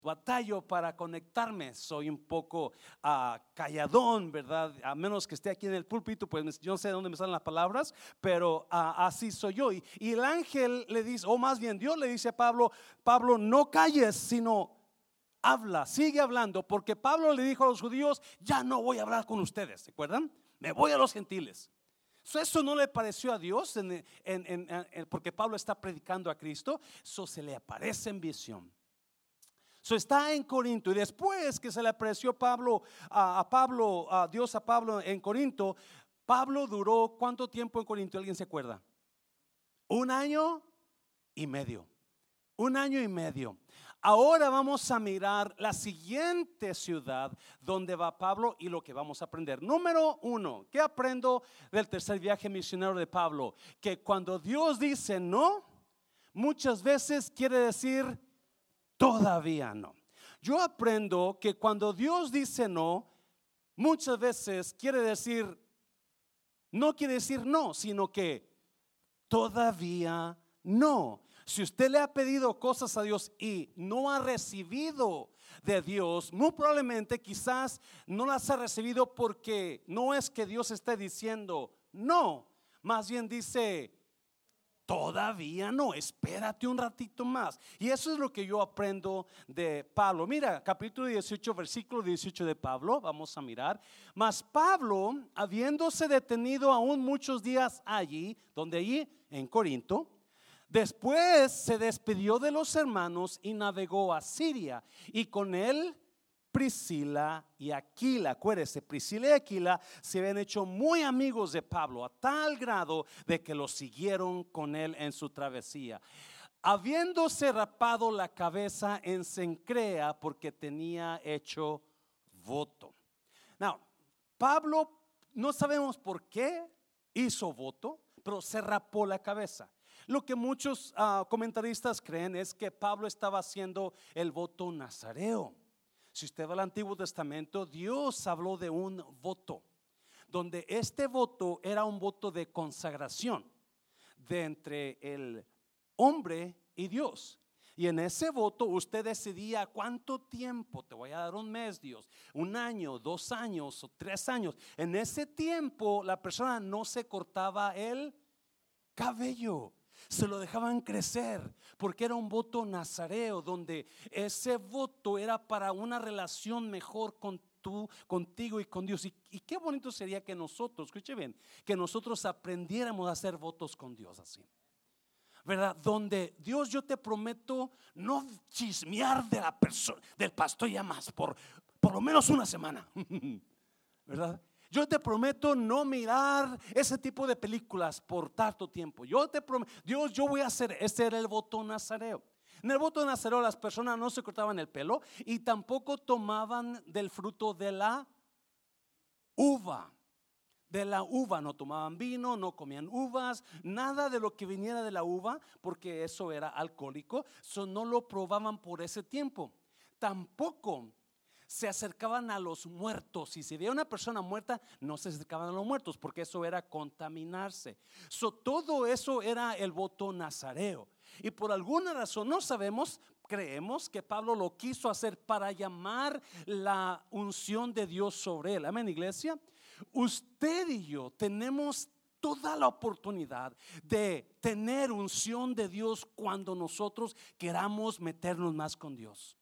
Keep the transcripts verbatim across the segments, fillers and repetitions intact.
batallo para conectarme, soy un poco uh, calladón, ¿verdad? A menos que esté aquí en el púlpito, pues yo no sé de dónde me salen las palabras, pero uh, así soy yo. Y, y el ángel le dice, o más bien Dios le dice a Pablo: Pablo, no calles, sino habla, sigue hablando, porque Pablo le dijo a los judíos: ya no voy a hablar con ustedes, ¿se acuerdan? Me voy a los gentiles. So, eso no le pareció a Dios, en, en, en, en, porque Pablo está predicando a Cristo. Eso se le aparece en visión. So, está en Corinto, y después que se le apareció Pablo a, a Pablo, a Dios a Pablo en Corinto, Pablo duró ¿cuánto tiempo en Corinto? ¿Alguien se acuerda? Un año y medio. Un año y medio. Ahora vamos a mirar la siguiente ciudad donde va Pablo y lo que vamos a aprender. Número uno, ¿qué aprendo del tercer viaje misionero de Pablo? Que cuando Dios dice no, muchas veces quiere decir todavía no. Yo aprendo que cuando Dios dice no, muchas veces quiere decir, no quiere decir no, sino que todavía no. Si usted le ha pedido cosas a Dios y no ha recibido de Dios, muy probablemente quizás no las ha recibido porque no es que Dios esté diciendo no, más bien dice todavía no, espérate un ratito más. Y eso es lo que yo aprendo de Pablo. Mira, capítulo dieciocho, versículo dieciocho de Pablo, vamos a mirar. Mas Pablo, habiéndose detenido aún muchos días allí, donde allí en Corinto, después se despidió de los hermanos y navegó a Siria, y con él Priscila y Aquila. Acuérdese, Priscila y Aquila se habían hecho muy amigos de Pablo, a tal grado de que lo siguieron con él en su travesía, habiéndose rapado la cabeza en Cencrea, porque tenía hecho voto. Now, Pablo, no sabemos por qué hizo voto, pero se rapó la cabeza. Lo que muchos uh, comentaristas creen es que Pablo estaba haciendo el voto nazareo. Si usted va al Antiguo Testamento, Dios habló de un voto, donde este voto era un voto de consagración de entre el hombre y Dios. Y en ese voto usted decidía cuánto tiempo, te voy a dar un mes, Dios, un año, dos años o tres años. En ese tiempo la persona no se cortaba el cabello, se lo dejaban crecer, porque era un voto nazareo, donde ese voto era para una relación mejor con tú, contigo y con Dios. Y, y qué bonito sería que nosotros, escuche bien, que nosotros aprendiéramos a hacer votos con Dios así, ¿verdad? Donde Dios, yo te prometo no chismear de la persona, del pastor ya más por, por lo menos una semana, ¿verdad? Yo te prometo no mirar ese tipo de películas por tanto tiempo. Yo te prometo, Dios, yo voy a hacer, ese era el voto nazareo. En el voto nazareo las personas no se cortaban el pelo y tampoco tomaban del fruto de la uva. De la uva no tomaban vino, no comían uvas, nada de lo que viniera de la uva, porque eso era alcohólico. Eso no lo probaban por ese tiempo. Tampoco se acercaban a los muertos. Y si veía una persona muerta, no se acercaban a los muertos, porque eso era contaminarse. So, todo eso era el voto nazareo. Y por alguna razón, no sabemos, creemos que Pablo lo quiso hacer para llamar la unción de Dios sobre él. Amén, iglesia. Usted y yo tenemos toda la oportunidad de tener unción de Dios cuando nosotros queramos meternos más con Dios.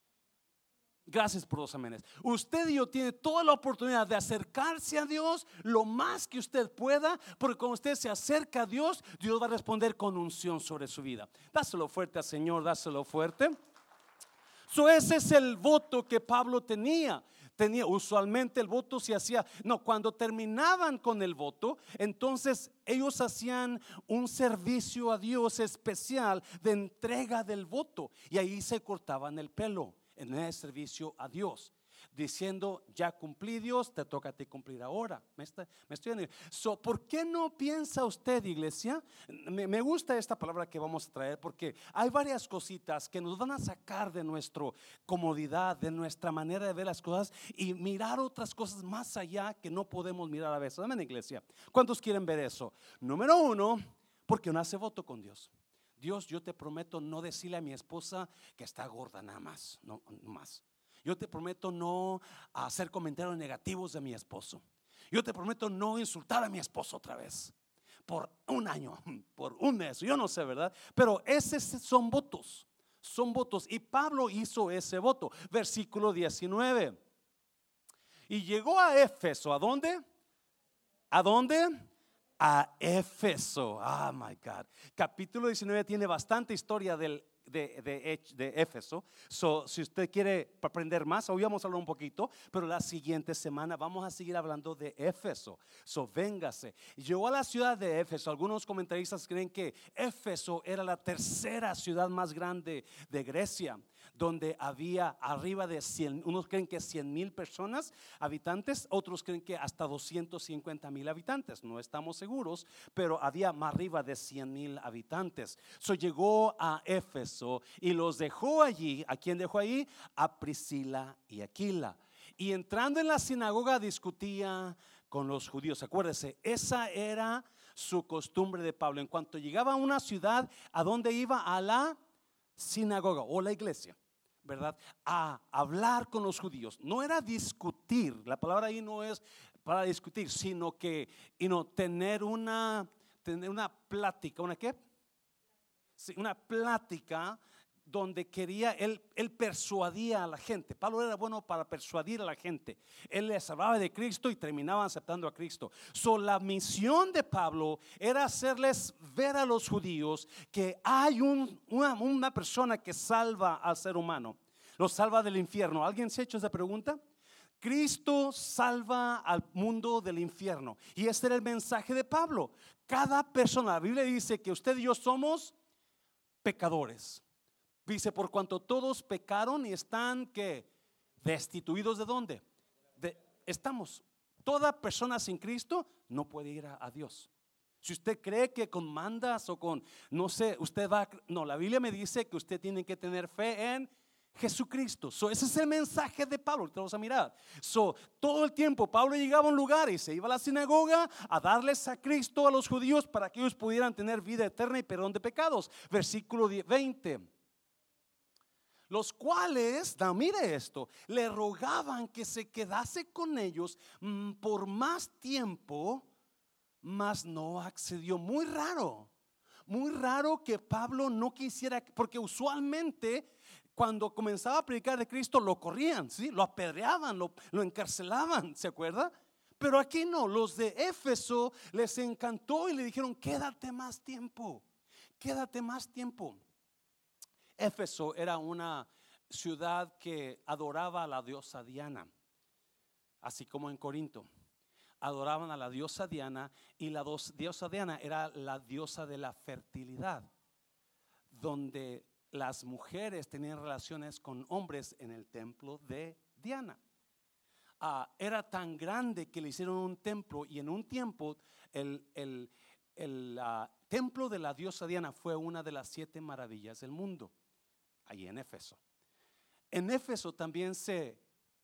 Gracias por los amenes. Usted y yo tiene toda la oportunidad de acercarse a Dios lo más que usted pueda, porque cuando usted se acerca a Dios, Dios va a responder con unción sobre su vida. Dáselo fuerte al Señor, dáselo fuerte. So, ese es el voto que Pablo tenía. Tenía usualmente el voto se hacía, no, cuando terminaban con el voto, entonces ellos hacían un servicio a Dios especial de entrega del voto, y ahí se cortaban el pelo en el servicio a Dios, diciendo: ya cumplí, Dios, te toca a ti cumplir ahora. Me, está, me estoy diciendo. So, ¿por qué no piensa usted, iglesia? Me, me gusta esta palabra que vamos a traer, porque hay varias cositas que nos van a sacar de nuestra comodidad, de nuestra manera de ver las cosas, y mirar otras cosas más allá que no podemos mirar a veces. Amén, iglesia. ¿Cuántos quieren ver eso? Número uno, porque no hace voto con Dios. Dios, yo te prometo no decirle a mi esposa que está gorda nada más, no, no más. Yo te prometo no hacer comentarios negativos de mi esposo. Yo te prometo no insultar a mi esposo otra vez por un año, por un mes, yo no sé, ¿verdad? Pero esos son votos, son votos. Y Pablo hizo ese voto. Versículo diecinueve. Y llegó a Éfeso. ¿A dónde? ¿A dónde? A Éfeso. Oh my God. Capítulo diecinueve tiene bastante historia del De, de, de Éfeso. So, si usted quiere aprender más, hoy vamos a hablar un poquito, pero la siguiente semana vamos a seguir hablando de Éfeso. So, véngase. Llegó a la ciudad de Éfeso. Algunos comentaristas creen que Éfeso era la tercera ciudad más grande de Grecia, donde había arriba de cien, unos creen que cien mil personas, habitantes, otros creen que hasta doscientos cincuenta mil habitantes, no estamos seguros, pero había más arriba de cien mil habitantes. So, llegó a Éfeso y los dejó allí. ¿A quién dejó allí? A Priscila y Aquila. Y entrando en la sinagoga discutía con los judíos. Acuérdese, esa era su costumbre de Pablo. En cuanto llegaba a una ciudad, ¿a dónde iba? A la sinagoga o la iglesia, ¿verdad? A hablar con los judíos. No era discutir, la palabra ahí no es para discutir, sino que y no, tener una tener una plática. ¿Una qué? Sí, una plática donde quería, él, él persuadía a la gente. Pablo era bueno para persuadir a la gente. Él les hablaba de Cristo y terminaban aceptando a Cristo. So, la misión de Pablo era hacerles ver a los judíos que hay un, una, una persona que salva al ser humano, lo salva del infierno. ¿Alguien se ha hecho esa pregunta? Cristo salva al mundo del infierno. Y este era el mensaje de Pablo. Cada persona, la Biblia dice que usted y yo somos pecadores. Dice, por cuanto todos pecaron y están que destituidos de dónde? De, estamos. Toda persona sin Cristo no puede ir a, a Dios. Si usted cree que con mandas o con, no sé, usted va, no, la Biblia me dice que usted tiene que tener fe en Jesucristo. So, ese es el mensaje de Pablo. Vamos a mirar. So, todo el tiempo Pablo llegaba a un lugar y se iba a la sinagoga a darles a Cristo a los judíos para que ellos pudieran tener vida eterna y perdón de pecados. Versículo veinte. Los cuales, no, mire esto, le rogaban que se quedase con ellos mm, por más tiempo, mas no accedió. Muy raro, muy raro que Pablo no quisiera, porque usualmente cuando comenzaba a predicar de Cristo lo corrían, ¿sí? Lo apedreaban, lo, lo encarcelaban, ¿se acuerda? Pero aquí no, los de Éfeso les encantó y le dijeron, quédate más tiempo, quédate más tiempo. Éfeso era una ciudad que adoraba a la diosa Diana, así como en Corinto. Adoraban a la diosa Diana, y la diosa Diana era la diosa de la fertilidad, donde las mujeres tenían relaciones con hombres en el templo de Diana. Ah, era tan grande que le hicieron un templo, y en un tiempo el, el, el uh, templo de la diosa Diana fue una de las siete maravillas del mundo. Allí en Éfeso. En Éfeso también se,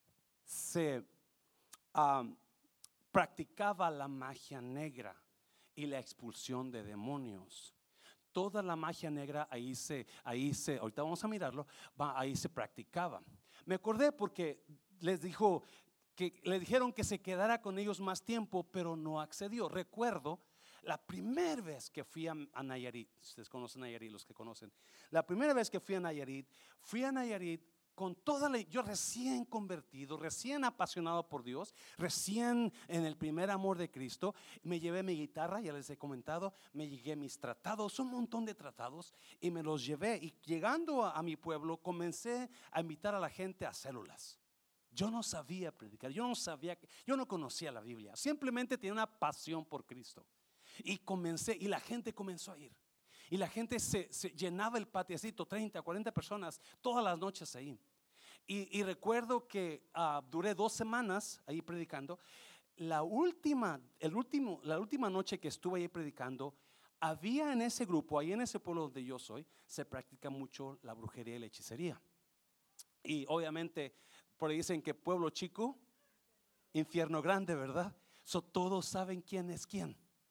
se um, practicaba la magia negra y la expulsión de demonios. Toda la magia negra ahí se, ahí se, ahorita vamos a mirarlo, va, ahí se practicaba. Me acordé porque les dijo que le dijeron que se quedara con ellos más tiempo, pero no accedió. Recuerdo la primera vez que fui a, a Nayarit. Ustedes conocen Nayarit, los que conocen. La primera vez que fui a Nayarit, fui a Nayarit con toda la, yo recién convertido, recién apasionado por Dios, recién en el primer amor de Cristo. Me llevé mi guitarra, ya les he comentado, me llevé mis tratados, un montón de tratados, y me los llevé. Y llegando a, a mi pueblo, comencé a invitar a la gente a células. Yo no sabía predicar, yo no sabía, yo no conocía la Biblia, simplemente tenía una pasión por Cristo. Y comencé, y la gente comenzó a ir. Y la gente se, se llenaba el patiecito, treinta, cuarenta personas, todas las noches ahí. Y, y recuerdo que uh, duré dos semanas ahí predicando. La última, el último, la última noche que estuve ahí predicando, había en ese grupo, ahí en ese pueblo donde yo soy, se practica mucho la brujería y la hechicería. Y obviamente, por ahí dicen que pueblo chico, infierno grande, ¿verdad? So, todos saben quién es quién.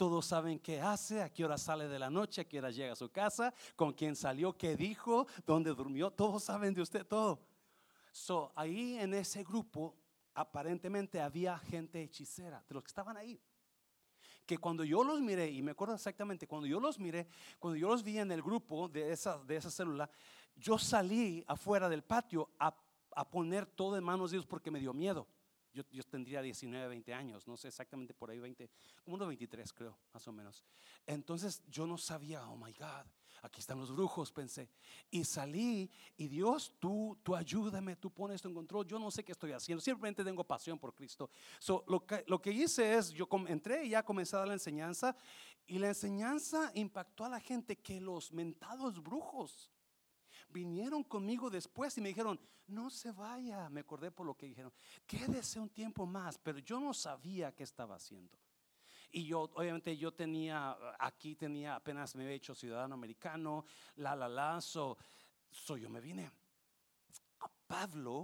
todos saben qué hace, a qué hora sale de la noche, a qué hora llega a su casa, con quién salió, qué dijo, dónde durmió, todos saben de usted todo. So, ahí en ese grupo aparentemente había gente hechicera, de los que estaban ahí, que cuando yo los miré, y me acuerdo exactamente, cuando yo los miré, cuando yo los vi en el grupo de esa, de esa célula, yo salí afuera del patio a, a poner todo en manos de Dios porque me dio miedo. Yo, yo tendría diecinueve, veinte años, no sé exactamente, por ahí veinte, como unos veintitrés creo, más o menos. Entonces yo no sabía, oh my God, aquí están los brujos, pensé. Y salí y Dios, tú, tú ayúdame, tú pones esto en control. Yo no sé qué estoy haciendo, simplemente tengo pasión por Cristo. So, lo, que, lo que hice es, yo entré y ya comencé a dar la enseñanza. Y la enseñanza impactó a la gente, que los mentados brujos vinieron conmigo después y me dijeron, no se vaya. Me acordé por lo que dijeron, quédese un tiempo más. Pero yo no sabía qué estaba haciendo. Y yo, obviamente, yo tenía, aquí tenía, apenas me había hecho ciudadano americano, la, la, la, so, so yo me vine. A Pablo,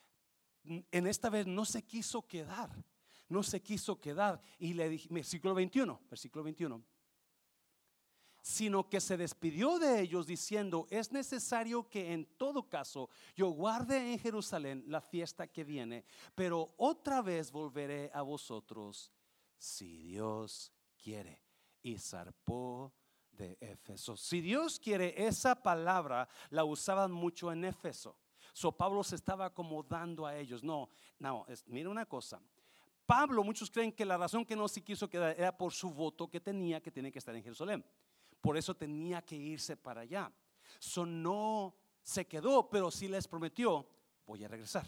en esta vez no se quiso quedar, no se quiso quedar. Y le dije, versículo veintiuno, versículo veintiuno. Sino que se despidió de ellos diciendo, es necesario que en todo caso yo guarde en Jerusalén la fiesta que viene, pero otra vez volveré a vosotros si Dios quiere. Y zarpó de Éfeso. Si Dios quiere, esa palabra la usaban mucho en Éfeso. So Pablo se estaba acomodando a ellos. No, no, es, mira una cosa. Pablo, muchos creen que la razón que no se quiso quedar era por su voto que tenía, que tenía que estar en Jerusalén. Por eso tenía que irse para allá. So no se quedó, pero sí les prometió, voy a regresar.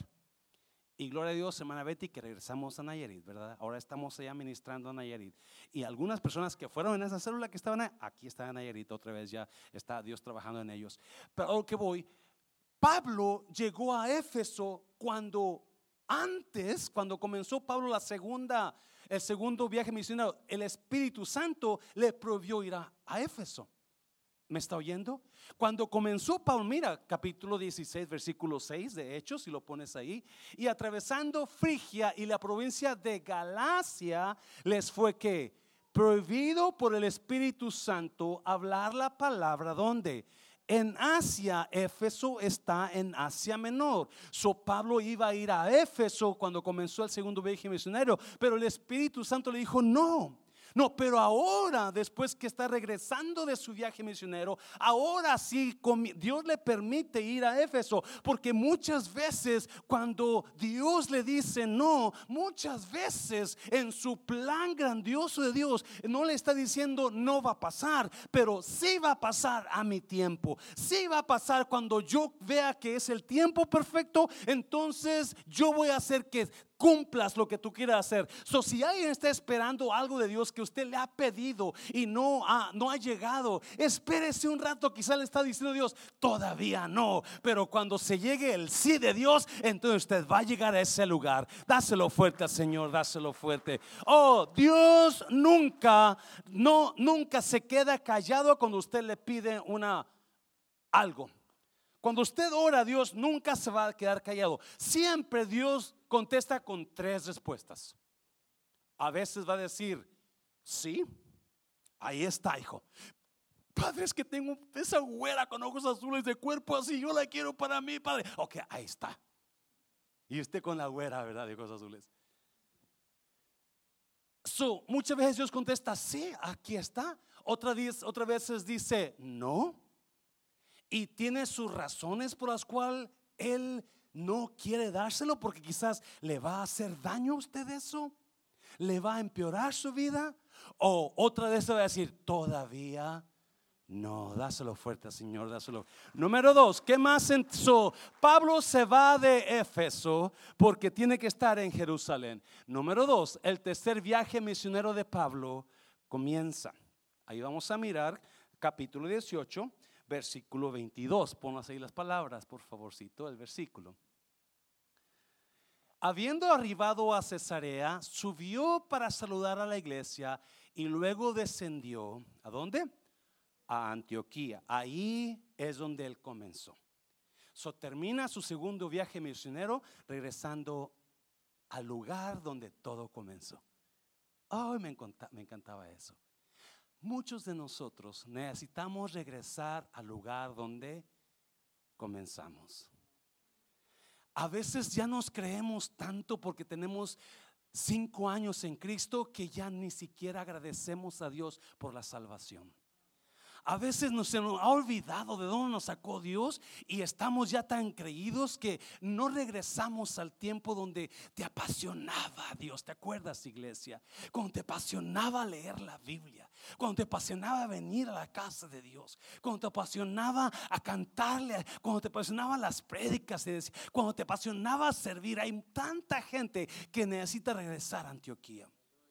Y gloria a Dios, hermana Betty, que regresamos a Nayarit, ¿verdad? Ahora estamos allá ministrando a Nayarit. Y algunas personas que fueron en esa célula que estaban ahí, aquí está en Nayarit otra vez, ya está Dios trabajando en ellos. Pero a lo que voy, Pablo llegó a Éfeso cuando antes, cuando comenzó Pablo la segunda, el segundo viaje misionero, el Espíritu Santo le prohibió ir a, a Éfeso. ¿Me está oyendo? Cuando comenzó Pablo, mira, capítulo dieciséis, versículo seis de Hechos, si lo pones ahí, y atravesando Frigia y la provincia de Galacia, les fue que prohibido por el Espíritu Santo hablar la palabra. ¿Dónde? En Asia. Éfeso está en Asia Menor. So Pablo iba a ir a Éfeso cuando comenzó el segundo viaje misionero, pero el Espíritu Santo le dijo no. No, pero ahora, después que está regresando de su viaje misionero, ahora sí Dios le permite ir a Éfeso, porque muchas veces cuando Dios le dice no, muchas veces en su plan grandioso de Dios no le está diciendo no va a pasar, pero sí va a pasar a mi tiempo, sí va a pasar cuando yo vea que es el tiempo perfecto, entonces yo voy a hacer que cumplas lo que tú quieras hacer. So, si alguien está esperando algo de Dios que usted le ha pedido y no ha, no ha llegado, espérese un rato. Quizá le está diciendo Dios, todavía no, pero cuando se llegue el sí de Dios, entonces usted va a llegar a ese lugar. Dáselo fuerte al Señor, dáselo fuerte. Oh, Dios nunca, no, nunca se queda callado cuando usted le pide una algo. Cuando usted ora a Dios, nunca se va a quedar callado. Siempre Dios contesta con tres respuestas. A veces va a decir, sí, ahí está, hijo. Padre, es que tengo esa güera con ojos azules, de cuerpo así, yo la quiero para mí, padre. Ok, ahí está. Y usted con la güera, ¿verdad? De ojos azules. So, muchas veces Dios contesta, sí, aquí está. Otra vez, otras veces dice, no. Y tiene sus razones por las cuales Él no quiere dárselo, porque quizás le va a hacer daño a usted eso, le va a empeorar su vida. O otra vez se va a decir, todavía no. Dáselo fuerte, Señor, dáselo. Número dos, ¿qué más? So, Pablo se va de Éfeso porque tiene que estar en Jerusalén. Número dos, el tercer viaje misionero de Pablo comienza. Ahí vamos a mirar capítulo dieciocho, versículo veintidós. Ponlas ahí las palabras, por favorcito, el versículo. Habiendo arribado a Cesarea, subió para saludar a la iglesia y luego descendió. ¿A dónde? A Antioquía. Ahí es donde él comenzó. So, termina su segundo viaje misionero regresando al lugar donde todo comenzó. Ay, oh, me encantaba, me encantaba eso. Muchos de nosotros necesitamos regresar al lugar donde comenzamos. A veces ya nos creemos tanto porque tenemos cinco años en Cristo que ya ni siquiera agradecemos a Dios por la salvación. A veces nos, se nos ha olvidado de dónde nos sacó Dios y estamos ya tan creídos que no regresamos al tiempo donde te apasionaba a Dios. ¿Te acuerdas, iglesia? Cuando te apasionaba leer la Biblia, cuando te apasionaba venir a la casa de Dios, cuando te apasionaba a cantarle, cuando te apasionaba las prédicas, cuando te apasionaba servir. Hay tanta gente que necesita regresar a Antioquía.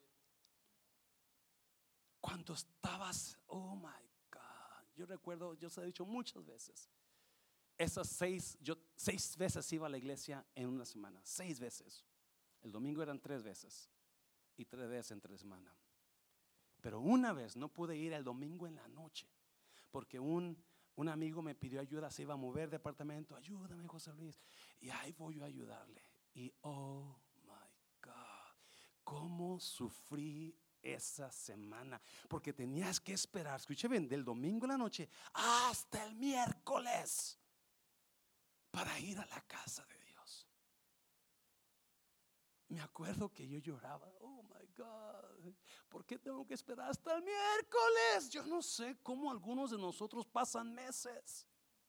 Cuando estabas, oh my God. Yo recuerdo, yo se he dicho muchas veces, esas seis, yo seis veces iba a la iglesia en una semana, seis veces. El domingo eran tres veces y tres veces entre semana. Pero una vez no pude ir el domingo en la noche porque un, un amigo me pidió ayuda, se iba a mover de departamento. Ayúdame, José Luis. Y ahí voy yo a ayudarle. Y oh my God, cómo sufrí esa semana, porque tenías que esperar, escuche bien, del domingo en la noche hasta el miércoles para ir a la casa de Dios. Me acuerdo que yo lloraba, oh my God, ¿por qué tengo que esperar hasta el miércoles? Yo no sé cómo algunos de nosotros pasan meses,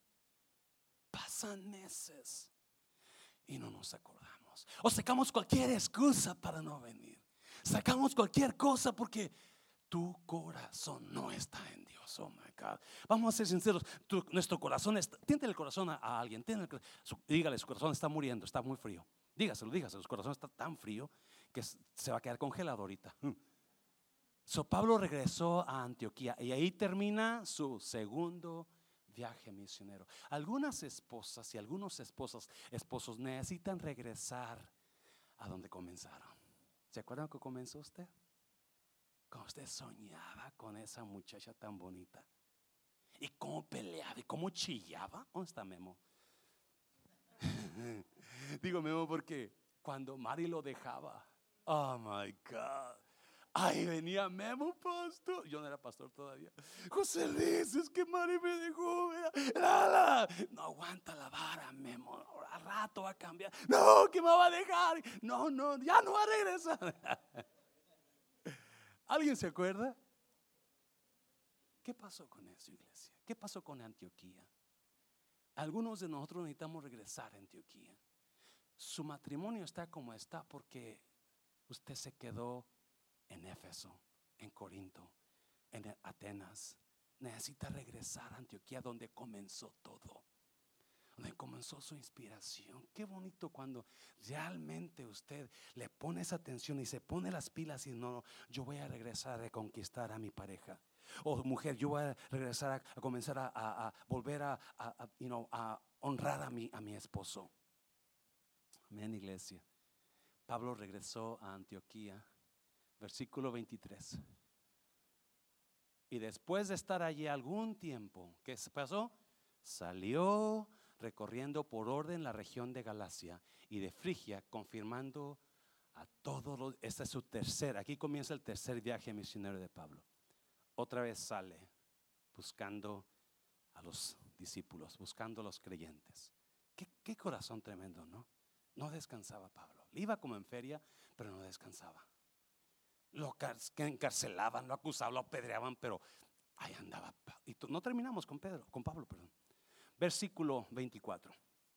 pasan meses y no nos acordamos, o sacamos cualquier excusa para no venir. Sacamos cualquier cosa porque tu corazón no está en Dios. Oh my God. Vamos a ser sinceros. Tu, nuestro corazón está, tiéntele el corazón a, a alguien. Tiéntele, su, dígale, su corazón está muriendo, está muy frío. Dígaselo, dígaselo. Su corazón está tan frío que se va a quedar congelado ahorita. So, Pablo regresó a Antioquía y ahí termina su segundo viaje misionero. Algunas esposas y algunos esposos, esposos necesitan regresar a donde comenzaron. ¿Se acuerdan que comenzó usted? Cuando usted soñaba con esa muchacha tan bonita y cómo peleaba y cómo chillaba. ¿Dónde está Memo? Digo Memo porque cuando Mari lo dejaba, oh my God, ahí venía Memo, pastor. Yo no era pastor todavía. José Luis, es que Mari me dejó. La, la. No aguanta la vara, Memo. Al rato va a cambiar. No, que me va a dejar. No, no, ya no va a regresar. ¿Alguien se acuerda? ¿Qué pasó con eso, iglesia? ¿Qué pasó con Antioquía? Algunos de nosotros necesitamos regresar a Antioquía. Su matrimonio está como está porque usted se quedó en Éfeso, en Corinto, en Atenas. Necesita regresar a Antioquía, donde comenzó todo, donde comenzó su inspiración. Qué bonito cuando realmente usted le pone esa atención y se pone las pilas y no, no, yo voy a regresar a reconquistar a mi pareja. O mujer, yo voy a regresar a, a comenzar a, a, a volver a, a, a, you know, a honrar a mi, a mi esposo. Amén, iglesia. Pablo regresó a Antioquía, versículo veintitrés. Y después de estar allí algún tiempo, ¿qué pasó? Salió recorriendo por orden la región de Galacia y de Frigia, confirmando a todos los. Este es su tercer, aquí comienza el tercer viaje misionero de Pablo. Otra vez sale buscando a los discípulos, buscando a los creyentes. Qué, qué corazón tremendo, ¿no? No descansaba Pablo. Le iba como en feria, pero no descansaba. Lo encarcelaban, lo acusaban, lo apedreaban, pero ahí andaba. Y no terminamos con Pedro, con Pablo, perdón. Versículo veinticuatro.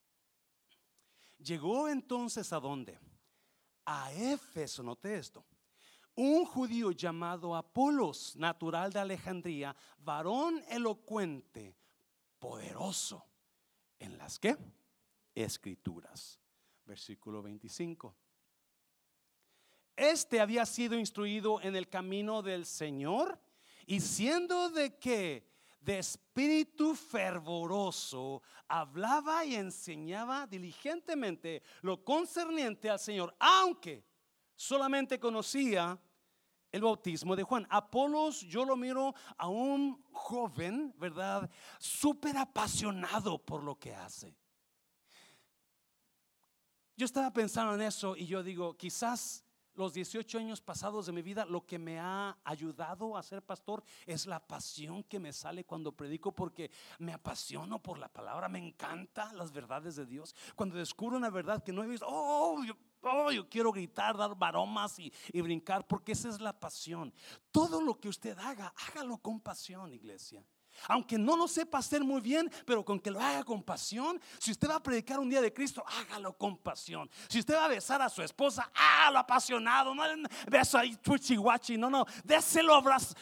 Llegó entonces a dónde? A Éfeso, noté esto. Un judío llamado Apolos, natural de Alejandría, varón elocuente, poderoso en las ¿qué? Escrituras. Versículo veinticinco. Este había sido instruido en el camino del Señor y siendo de que de espíritu fervoroso, hablaba y enseñaba diligentemente lo concerniente al Señor, aunque solamente conocía el bautismo de Juan. Apolos, yo lo miro a un joven, ¿verdad? Súper apasionado por lo que hace. Yo estaba pensando en eso y yo digo, quizás los dieciocho años pasados de mi vida, lo que me ha ayudado a ser pastor es la pasión que me sale cuando predico, porque me apasiono por la palabra, me encantan las verdades de Dios. Cuando descubro una verdad que no he visto, oh, yo, oh, yo quiero gritar, dar maromas y, y brincar, porque esa es la pasión. Todo lo que usted haga, hágalo con pasión, iglesia. Aunque no lo sepa hacer muy bien, pero con que lo haga con pasión. Si usted va a predicar un día de Cristo, hágalo con pasión. Si usted va a besar a su esposa, hágalo apasionado. No beso ahí chuchi guachi, no, no, déselo abrazo.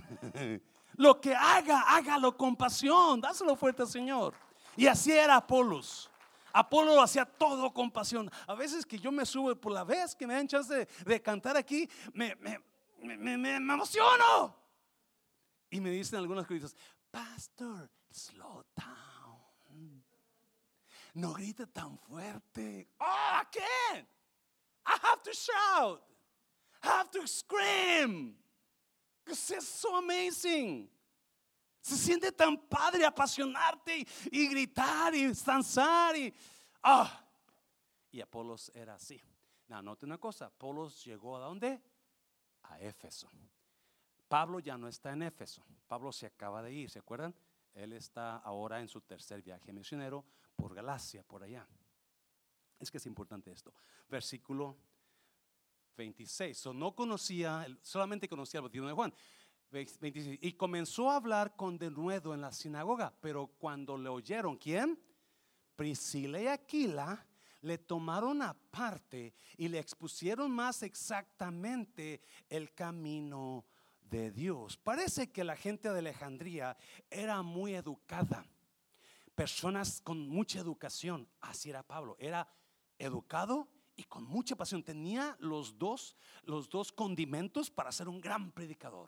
Lo que haga, hágalo con pasión. Dáselo fuerte al Señor. Y así era Apolos. Apolo lo hacía todo con pasión. A veces que yo me subo, por la vez que me dan chance de, de cantar aquí, me, me, me, me, me emociono. Y me dicen algunas cosas: pastor, slow down. No grite tan fuerte. Oh, I can't. I have to shout. I have to scream. Because it's so amazing. Se siente tan padre apasionarte y, y gritar y danzar y ah. Y Apolos era así. No, note una cosa. Apolos llegó a ¿dónde? A Éfeso. Pablo ya no está en Éfeso. Pablo se acaba de ir, ¿se acuerdan? Él está ahora en su tercer viaje misionero por Galacia, por allá. Es que es importante esto. Versículo veintiséis. So, no conocía, solamente conocía el bautismo de Juan. veintiséis. Y comenzó a hablar con denuedo en la sinagoga, pero cuando le oyeron, ¿quién? Priscila y Aquila le tomaron aparte y le expusieron más exactamente el camino de Dios. Parece que la gente de Alejandría era muy educada, personas con mucha educación. Así era Pablo, era educado y con mucha pasión. Tenía los dos, los dos condimentos para ser un gran predicador: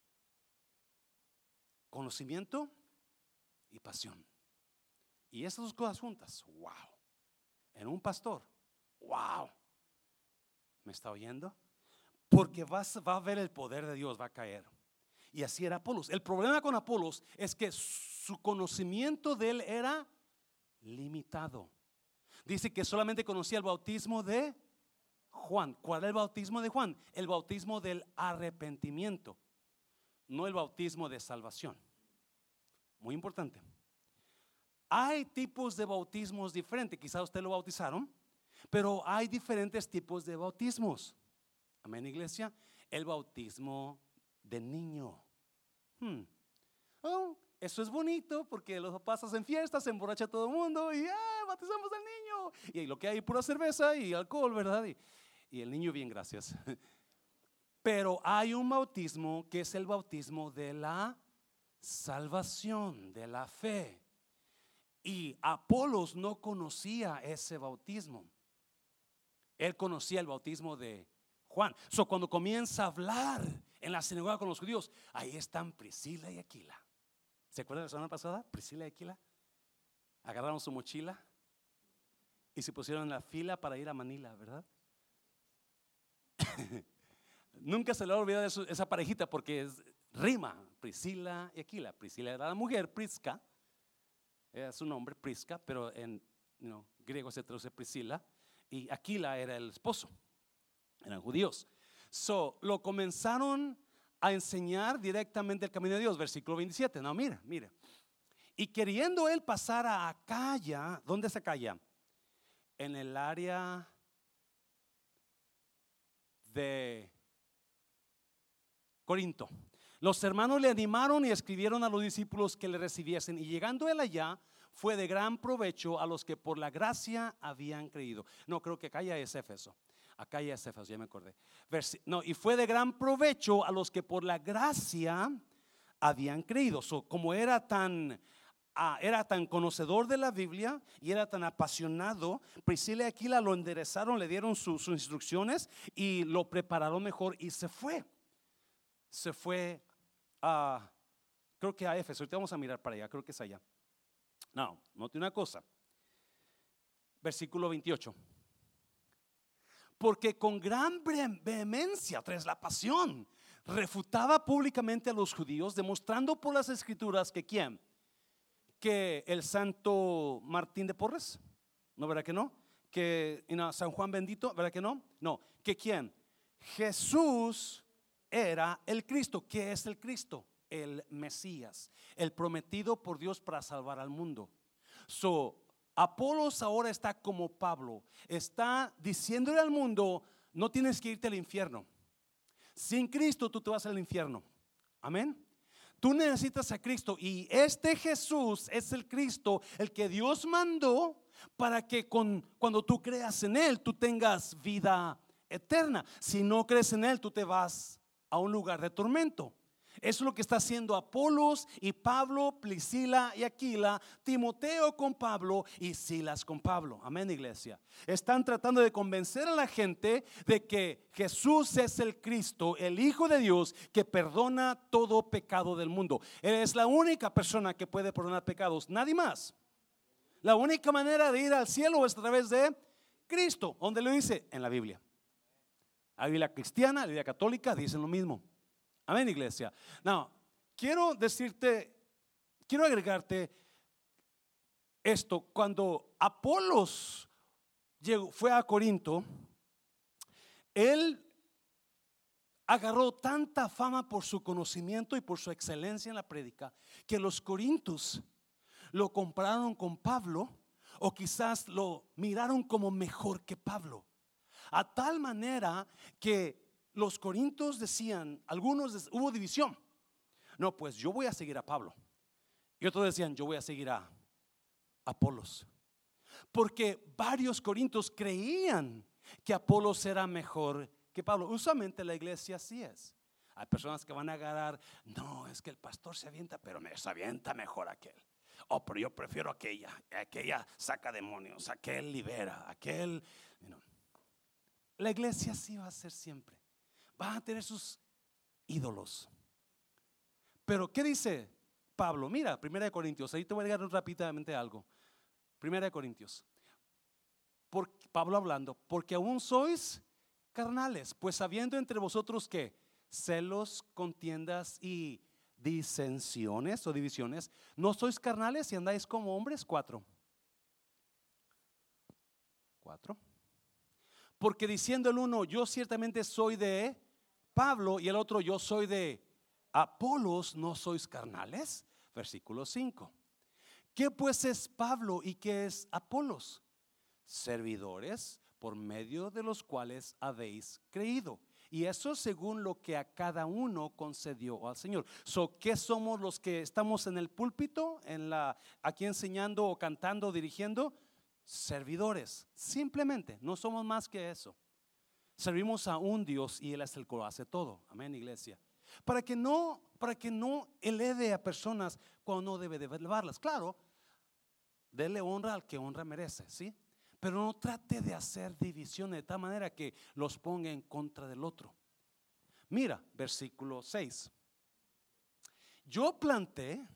conocimiento y pasión. Y esas dos cosas juntas, wow. En un pastor, wow. ¿Me está oyendo? Porque vas, va a ver el poder de Dios, va a caer. Y así era Apolos. El problema con Apolos es que su conocimiento de él era limitado. Dice que solamente conocía el bautismo de Juan. ¿Cuál es el bautismo de Juan? El bautismo del arrepentimiento, no el bautismo de salvación. Muy importante. Hay tipos de bautismos diferentes. Quizás usted lo bautizaron, pero hay diferentes tipos de bautismos. Amén, iglesia. El bautismo de niño. hmm. Oh, eso es bonito porque los papás hacen fiestas, se emborracha todo el mundo y ah, bautizamos al niño. Y lo que hay, pura cerveza y alcohol, ¿verdad? Y, y el niño bien, gracias. Pero hay un bautismo que es el bautismo de la salvación, de la fe. Y Apolos no conocía ese bautismo. Él conocía el bautismo de Juan. So, cuando comienza a hablar en la sinagoga con los judíos, ahí están Priscila y Aquila. ¿Se acuerdan de la semana pasada? Priscila y Aquila agarraron su mochila y se pusieron en la fila para ir a Manila, ¿verdad? Nunca se le va a olvidar eso, esa parejita, porque es, rima, Priscila y Aquila. Priscila era la mujer, Prisca, era su nombre, Prisca, pero en you know, griego se traduce Priscila. Y Aquila era el esposo, eran judíos. So, lo comenzaron a enseñar directamente el camino de Dios. Versículo veintisiete, no, mira, mira. Y queriendo él pasar a Acaya, ¿dónde es Acaya? En el área de Corinto. Los hermanos le animaron y escribieron a los discípulos que le recibiesen. Y llegando él allá, fue de gran provecho a los que por la gracia habían creído. No, creo que Acaya es Éfeso. Acaya es Éfeso, ya me acordé. Versi- no, y fue de gran provecho a los que por la gracia habían creído. So, como era tan ah, era tan conocedor de la Biblia y era tan apasionado, Priscila y Aquila lo enderezaron, le dieron su- sus instrucciones y lo prepararon mejor y se fue. Se fue a, creo que a Éfeso. Ahorita vamos a mirar para allá, creo que es allá. No, note una cosa. Versículo veintiocho. Porque con gran vehemencia, tras la pasión, refutaba públicamente a los judíos, demostrando por las escrituras que quién, que el santo Martín de Porres, ¿no, verdad que no? Que no, San Juan bendito, ¿verdad que no? No, que quién, Jesús era el Cristo. ¿Qué es el Cristo? El Mesías, el prometido por Dios para salvar al mundo. So, Apolos ahora está como Pablo, está diciéndole al mundo: no tienes que irte al infierno. Sin Cristo tú te vas al infierno. Amén. Tú necesitas a Cristo, y este Jesús es el Cristo, el que Dios mandó para que con, cuando tú creas en Él, tú tengas vida eterna. Si no crees en Él, tú te vas a un lugar de tormento. Eso es lo que está haciendo Apolos y Pablo, Priscila y Aquila, Timoteo con Pablo y Silas con Pablo. Amén, iglesia. Están tratando de convencer a la gente de que Jesús es el Cristo, el Hijo de Dios, que perdona todo pecado del mundo. Él es la única persona que puede perdonar pecados, nadie más. La única manera de ir al cielo es a través de Cristo. ¿Dónde lo dice? En la Biblia. La Biblia cristiana, la Biblia católica dicen lo mismo. Amén, iglesia. Now, quiero decirte, quiero agregarte esto. Cuando Apolos llegó, fue a Corinto, él agarró tanta fama por su conocimiento y por su excelencia en la prédica, que los corintios lo compararon con Pablo, o quizás lo miraron como mejor que Pablo, a tal manera que los corintios decían, algunos, hubo división. No, pues yo voy a seguir a Pablo. Y otros decían, yo voy a seguir a Apolos. Porque varios corintios creían que Apolos era mejor que Pablo. Usualmente la iglesia así es. Hay personas que van a agarrar, no, es que el pastor se avienta, pero me se avienta mejor aquel. Oh, pero yo prefiero aquella. Aquella saca demonios, aquel libera, aquel, you know. La iglesia así va a ser siempre. Van a tener sus ídolos. Pero ¿qué dice Pablo? Mira, Primera de Corintios. Ahí te voy a llegar rápidamente algo. Primera de Corintios. Por, Pablo hablando, porque aún sois carnales, pues habiendo entre vosotros que celos, contiendas y disensiones o divisiones, no sois carnales y andáis como hombres. Cuatro. Cuatro. Porque diciendo el uno, yo ciertamente soy de Pablo, y el otro, yo soy de Apolos, ¿no sois carnales? Versículo cinco. ¿Qué pues es Pablo y qué es Apolos? Servidores por medio de los cuales habéis creído, y eso según lo que a cada uno concedió al Señor. So, ¿qué somos los que estamos en el púlpito, en la, aquí enseñando o cantando, dirigiendo? Servidores, simplemente, no somos más que eso. Servimos a un Dios y Él es el que lo hace todo. Amén, iglesia. Para que no, para que no eleve a personas cuando no debe de elevarlas. Claro, dele honra al que honra merece, ¿sí? Pero no trate de hacer divisiones de tal manera que los ponga en contra del otro. Mira, versículo seis. Yo planté,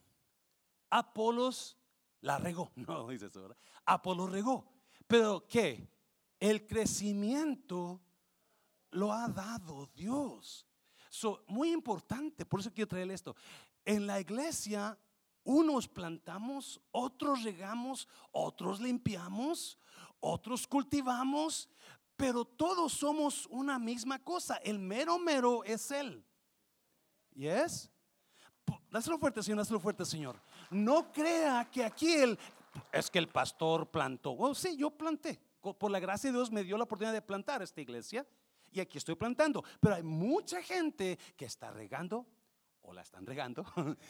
Apolos la regó. No dice eso, ¿verdad? Apolos regó. Pero ¿qué? El crecimiento lo ha dado Dios. So, muy importante, por eso quiero traer esto. En la iglesia, unos plantamos, otros regamos, otros limpiamos, otros cultivamos, pero todos somos una misma cosa. El mero mero es Él. ¿Yes? Dáselo fuerte, Señor, dáselo fuerte, Señor. No crea que aquí el, es que el pastor plantó. Oh, sí, yo planté. Por la gracia de Dios me dio la oportunidad de plantar esta iglesia. Y aquí estoy plantando. Pero hay mucha gente que está regando, o la están regando,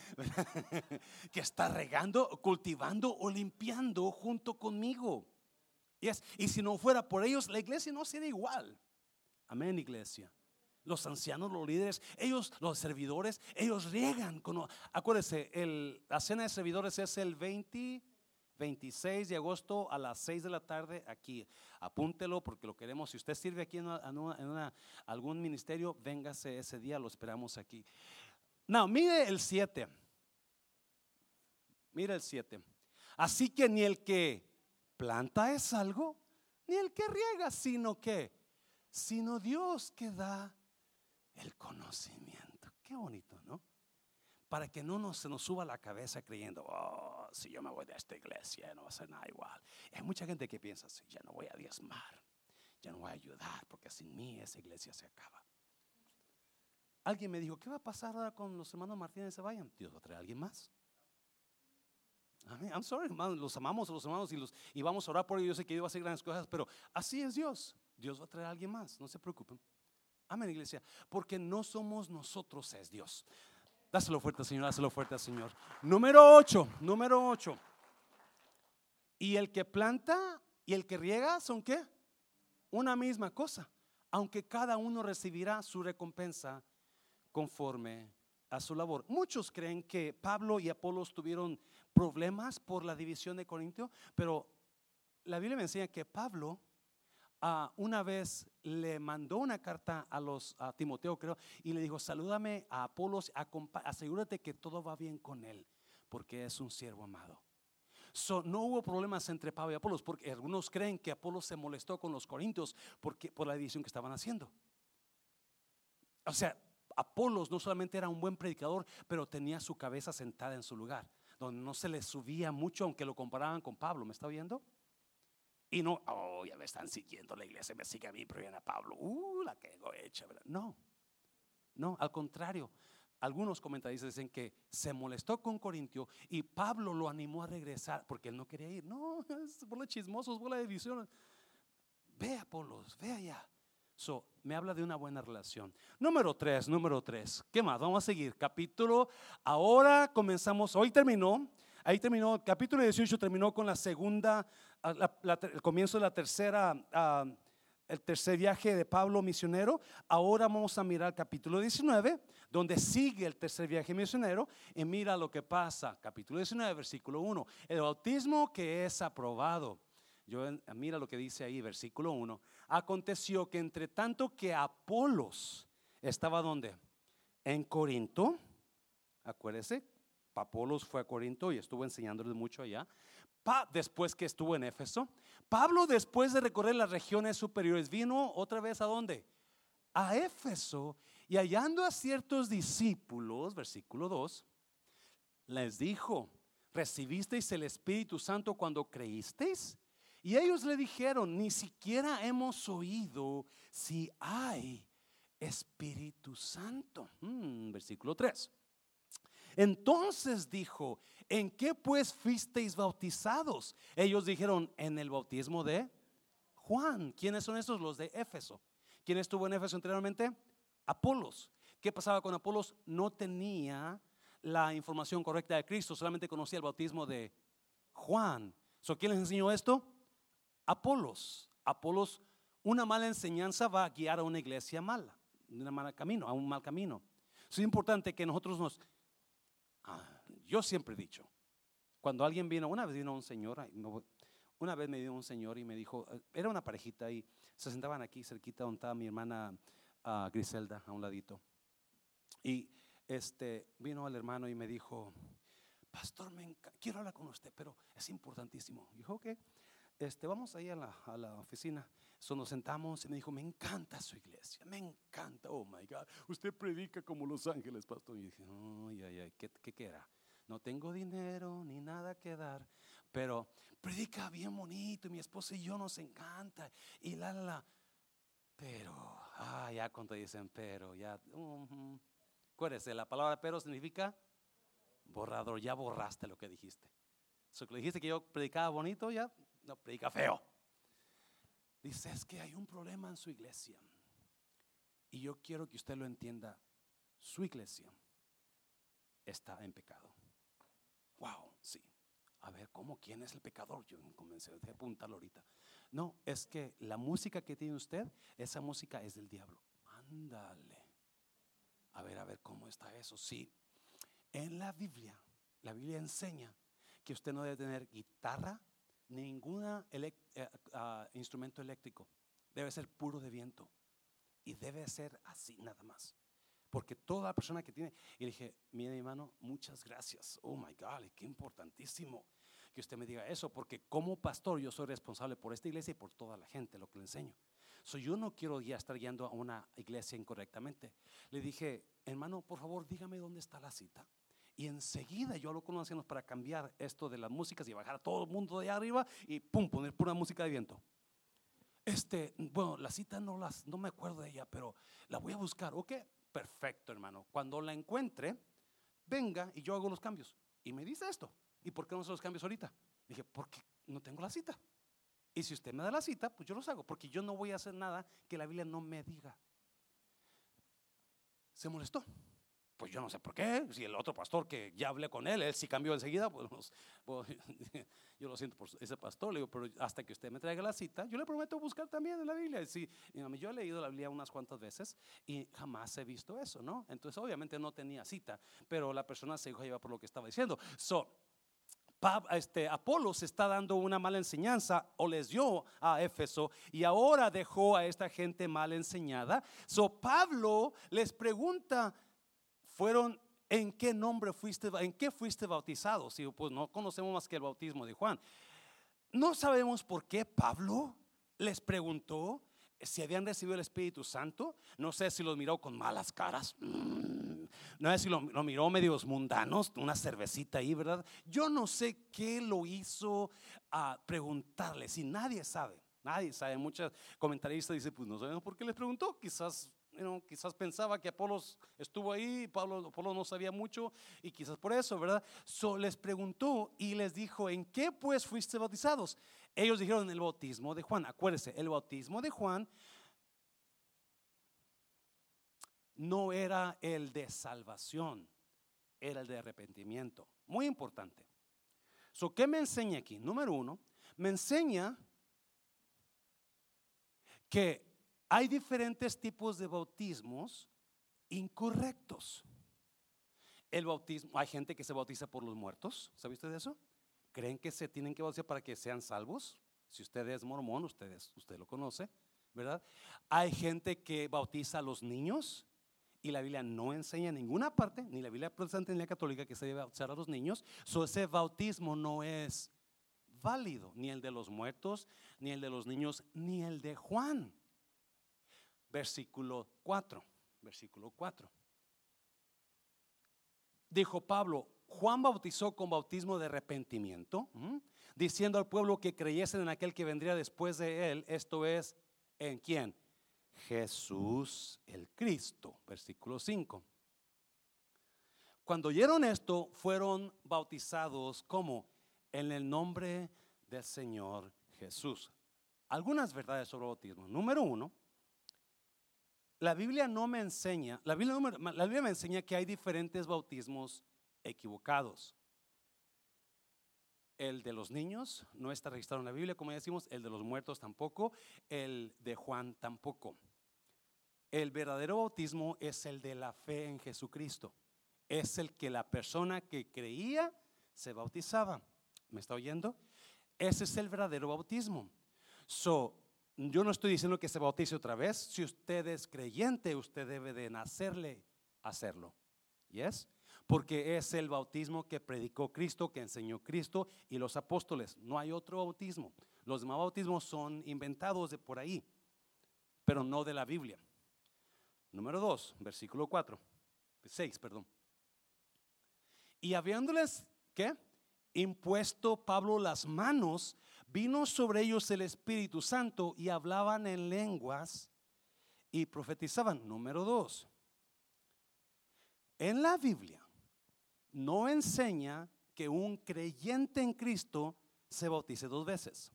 que está regando, cultivando o limpiando junto conmigo. Yes. Y si no fuera por ellos, la iglesia no sería igual. Amén, iglesia. Los ancianos, los líderes, ellos, los servidores, ellos riegan. Con, acuérdese, el, la cena de servidores es el veinte, veintiséis de agosto a las seis de la tarde aquí. Apúntelo porque lo queremos. Si usted sirve aquí en, una, en, una, en una, algún ministerio, véngase ese día, lo esperamos aquí. No, mire el siete. Mire el siete. Así que ni el que planta es algo, ni el que riega, sino que, sino Dios que da el conocimiento. Qué bonito, ¿no? Para que no nos, se nos suba la cabeza creyendo, oh, si yo me voy de esta iglesia no va a ser nada igual. Hay mucha gente que piensa así, ya no voy a diezmar, ya no voy a ayudar porque sin mí esa iglesia se acaba. Alguien me dijo, ¿qué va a pasar ahora con los hermanos Martínez se vayan? Dios va a traer a alguien más. I'm sorry, hermanos, los amamos a los hermanos y, los, y vamos a orar por ellos. Yo sé que Dios va a hacer grandes cosas, pero así es Dios. Dios va a traer a alguien más, no se preocupen. Amén, iglesia, porque no somos nosotros, es Dios. Dáselo fuerte, Señor, dáselo fuerte, Señor. Número ocho, número ocho. Y el que planta y el que riega son ¿qué? Una misma cosa, aunque cada uno recibirá su recompensa conforme a su labor. Muchos creen que Pablo y Apolos tuvieron problemas por la división de Corintio, pero la Biblia me enseña que Pablo uh, una vez le mandó una carta a los a Timoteo, creo, y le dijo: salúdame a Apolos, asegúrate que todo va bien con él, porque es un siervo amado. So, no hubo problemas entre Pablo y Apolos, porque algunos creen que Apolos se molestó con los corintios porque, por la división que estaban haciendo. O sea, Apolos no solamente era un buen predicador, pero tenía su cabeza sentada en su lugar, donde no se le subía mucho, aunque lo comparaban con Pablo. ¿Me está oyendo? Y no, oh, ya me están siguiendo la iglesia, me sigue a mí, pero viene a Pablo, uh, la que tengo hecha, ¿verdad? No, no, al contrario. Algunos comentaristas dicen que se molestó con Corintio y Pablo lo animó a regresar porque él no quería ir. No, es bola de chismosos, bola de división. Ve, Apolos, ve allá. So, me habla de una buena relación. Número tres, número tres. ¿Qué más? Vamos a seguir. Capítulo, ahora comenzamos, hoy terminó, ahí terminó, capítulo dieciocho terminó con la segunda, la, la, el comienzo de la tercera, uh, el tercer viaje de Pablo misionero. Ahora vamos a mirar capítulo diecinueve, donde sigue el tercer viaje misionero, y mira lo que pasa. Capítulo diecinueve, versículo uno. El bautismo que es aprobado. Yo, mira lo que dice ahí, versículo uno. Aconteció que entre tanto que Apolos estaba ¿dónde? En Corinto. Acuérdese, Apolos fue a Corinto y estuvo enseñándoles mucho allá. Pa, después que estuvo en Éfeso, Pablo, después de recorrer las regiones superiores, vino otra vez ¿a dónde? A Éfeso, y hallando a ciertos discípulos, versículo dos, les dijo: ¿recibisteis el Espíritu Santo cuando creísteis? Y ellos le dijeron: ni siquiera hemos oído si hay Espíritu Santo. Hmm, versículo tres. Entonces dijo: ¿en qué pues fuisteis bautizados? Ellos dijeron: en el bautismo de Juan. ¿Quiénes son estos? Los de Éfeso. ¿Quién estuvo en Éfeso anteriormente? Apolos. ¿Qué pasaba con Apolos? No tenía la información correcta de Cristo, solamente conocía el bautismo de Juan. So, ¿quién les enseñó esto? Apolos. Apolos, una mala enseñanza va a guiar a una iglesia mala, de un mal camino, a un mal camino. Es importante que nosotros nos ah, yo siempre he dicho, cuando alguien vino, una vez vino un señor, una vez me vino un señor y me dijo, era una parejita y se sentaban aquí cerquita donde estaba mi hermana uh, Griselda, a un ladito. Y este vino el hermano y me dijo: pastor, me quiero hablar con usted, pero es importantísimo. Dijo: ok, este, vamos ahí a la, a la oficina. So, nos sentamos y me dijo: me encanta su iglesia, me encanta. Oh my God, usted predica como Los Ángeles, pastor. Y dije: ay, ay, ay, ¿qué, qué queda? No tengo dinero ni nada que dar, pero predica bien bonito y mi esposa y yo nos encanta. Y la, la, la. Pero, ah, ya cuando dicen pero, ya, uh-huh. Acuérdese, la palabra pero significa borrador, ya borraste lo que dijiste. So, que le dijiste que yo predicaba bonito, ya no, predica feo. Dice: es que hay un problema en su iglesia y yo quiero que usted lo entienda. Su iglesia está en pecado. Wow, sí. A ver, ¿cómo? ¿Quién es el pecador? Yo me comencé a apuntarlo ahorita. No, es que la música que tiene usted, esa música es del diablo. Ándale. A ver, a ver, ¿cómo está eso? Sí, en la Biblia, la Biblia enseña que usted no debe tener guitarra, ningún elect, eh, uh, instrumento eléctrico. Debe ser puro de viento. Y debe ser así nada más. Porque toda persona que tiene. Y le dije: mire, hermano, muchas gracias. Oh my God, qué importantísimo que usted me diga eso, porque como pastor yo soy responsable por esta iglesia y por toda la gente, lo que le enseño. So, yo no quiero ya estar guiando a una iglesia incorrectamente. Le dije: hermano, por favor, dígame dónde está la cita. Y enseguida yo hablo con los ancianos para cambiar esto de las músicas y bajar a todo el mundo de allá arriba y pum, poner pura música de viento. Este, bueno, la cita no, las, no me acuerdo de ella, pero la voy a buscar. Ok, perfecto, hermano. Cuando la encuentre, venga y yo hago los cambios. Y me dice esto. ¿Y por qué no hace los cambios ahorita? Dije, porque no tengo la cita. Y si usted me da la cita, pues yo los hago, porque yo no voy a hacer nada que la Biblia no me diga. Se molestó. Pues yo no sé por qué. Si el otro pastor que ya hablé con él, él sí cambió enseguida, pues, pues yo lo siento por ese pastor. Le digo, pero hasta que usted me traiga la cita, yo le prometo buscar también en la Biblia. Sí, yo he leído la Biblia unas cuantas veces y jamás he visto eso, ¿no? Entonces obviamente no tenía cita, pero la persona se dejó llevar por lo que estaba diciendo. So, Este, Apolo se está dando una mala enseñanza, o les dio a Éfeso, y ahora dejó a esta gente mal enseñada. So Pablo les pregunta, fueron, ¿en qué nombre fuiste, en qué fuiste bautizados? Y pues no conocemos más que el bautismo de Juan. No sabemos por qué Pablo les preguntó si habían recibido el Espíritu Santo. No sé si los miró con malas caras, no sé si lo, lo miró medios mundanos, una cervecita ahí, ¿verdad? Yo no sé qué lo hizo a preguntarle, si nadie sabe. Nadie sabe. Muchos comentaristas dicen, pues no sabemos por qué les preguntó. Quizás, you know, quizás pensaba que Apolos estuvo ahí, Pablo, Apolo no sabía mucho, y quizás por eso, ¿verdad? So, les preguntó y les dijo, ¿en qué pues fuiste bautizados? Ellos dijeron, el bautismo de Juan. Acuérdense, el bautismo de Juan no era el de salvación, era el de arrepentimiento. Muy importante. So, ¿qué me enseña aquí? Número uno, me enseña que hay diferentes tipos de bautismos incorrectos. El bautismo, hay gente que se bautiza por los muertos. ¿Sabe usted de eso? ¿Creen que se tienen que bautizar para que sean salvos? Si usted es mormón, usted, es, usted lo conoce, ¿verdad? Hay gente que bautiza a los niños, y la Biblia no enseña en ninguna parte, ni la Biblia protestante ni la católica, que se debe bautizar a los niños. So, ese bautismo no es válido, ni el de los muertos, ni el de los niños, ni el de Juan. Versículo cuatro. Versículo cuatro. Dijo Pablo, Juan bautizó con bautismo de arrepentimiento, ¿m? diciendo al pueblo que creyesen en aquel que vendría después de él, esto es, ¿en quién? Jesús el Cristo. Versículo cinco. Cuando oyeron esto, fueron bautizados como en el nombre del Señor Jesús. Algunas verdades sobre el bautismo. Número uno, la Biblia no me enseña, la Biblia, la Biblia me enseña que hay diferentes bautismos equivocados. El de los niños no está registrado en la Biblia, como ya decimos. El de los muertos tampoco. El de Juan tampoco. El verdadero bautismo es el de la fe en Jesucristo. Es el que la persona que creía se bautizaba. ¿Me está oyendo? Ese es el verdadero bautismo. So, yo no estoy diciendo que se bautice otra vez. Si usted es creyente, usted debe de nacerle hacerlo. ¿Yes? Porque es el bautismo que predicó Cristo, que enseñó Cristo y los apóstoles. No hay otro bautismo. Los demás bautismos son inventados de por ahí, pero no de la Biblia. Número dos, versículo cuatro, seis, perdón. Y habiéndoles, ¿qué? Impuesto Pablo las manos, vino sobre ellos el Espíritu Santo y hablaban en lenguas y profetizaban. Número dos, en la Biblia no enseña que un creyente en Cristo se bautice dos veces.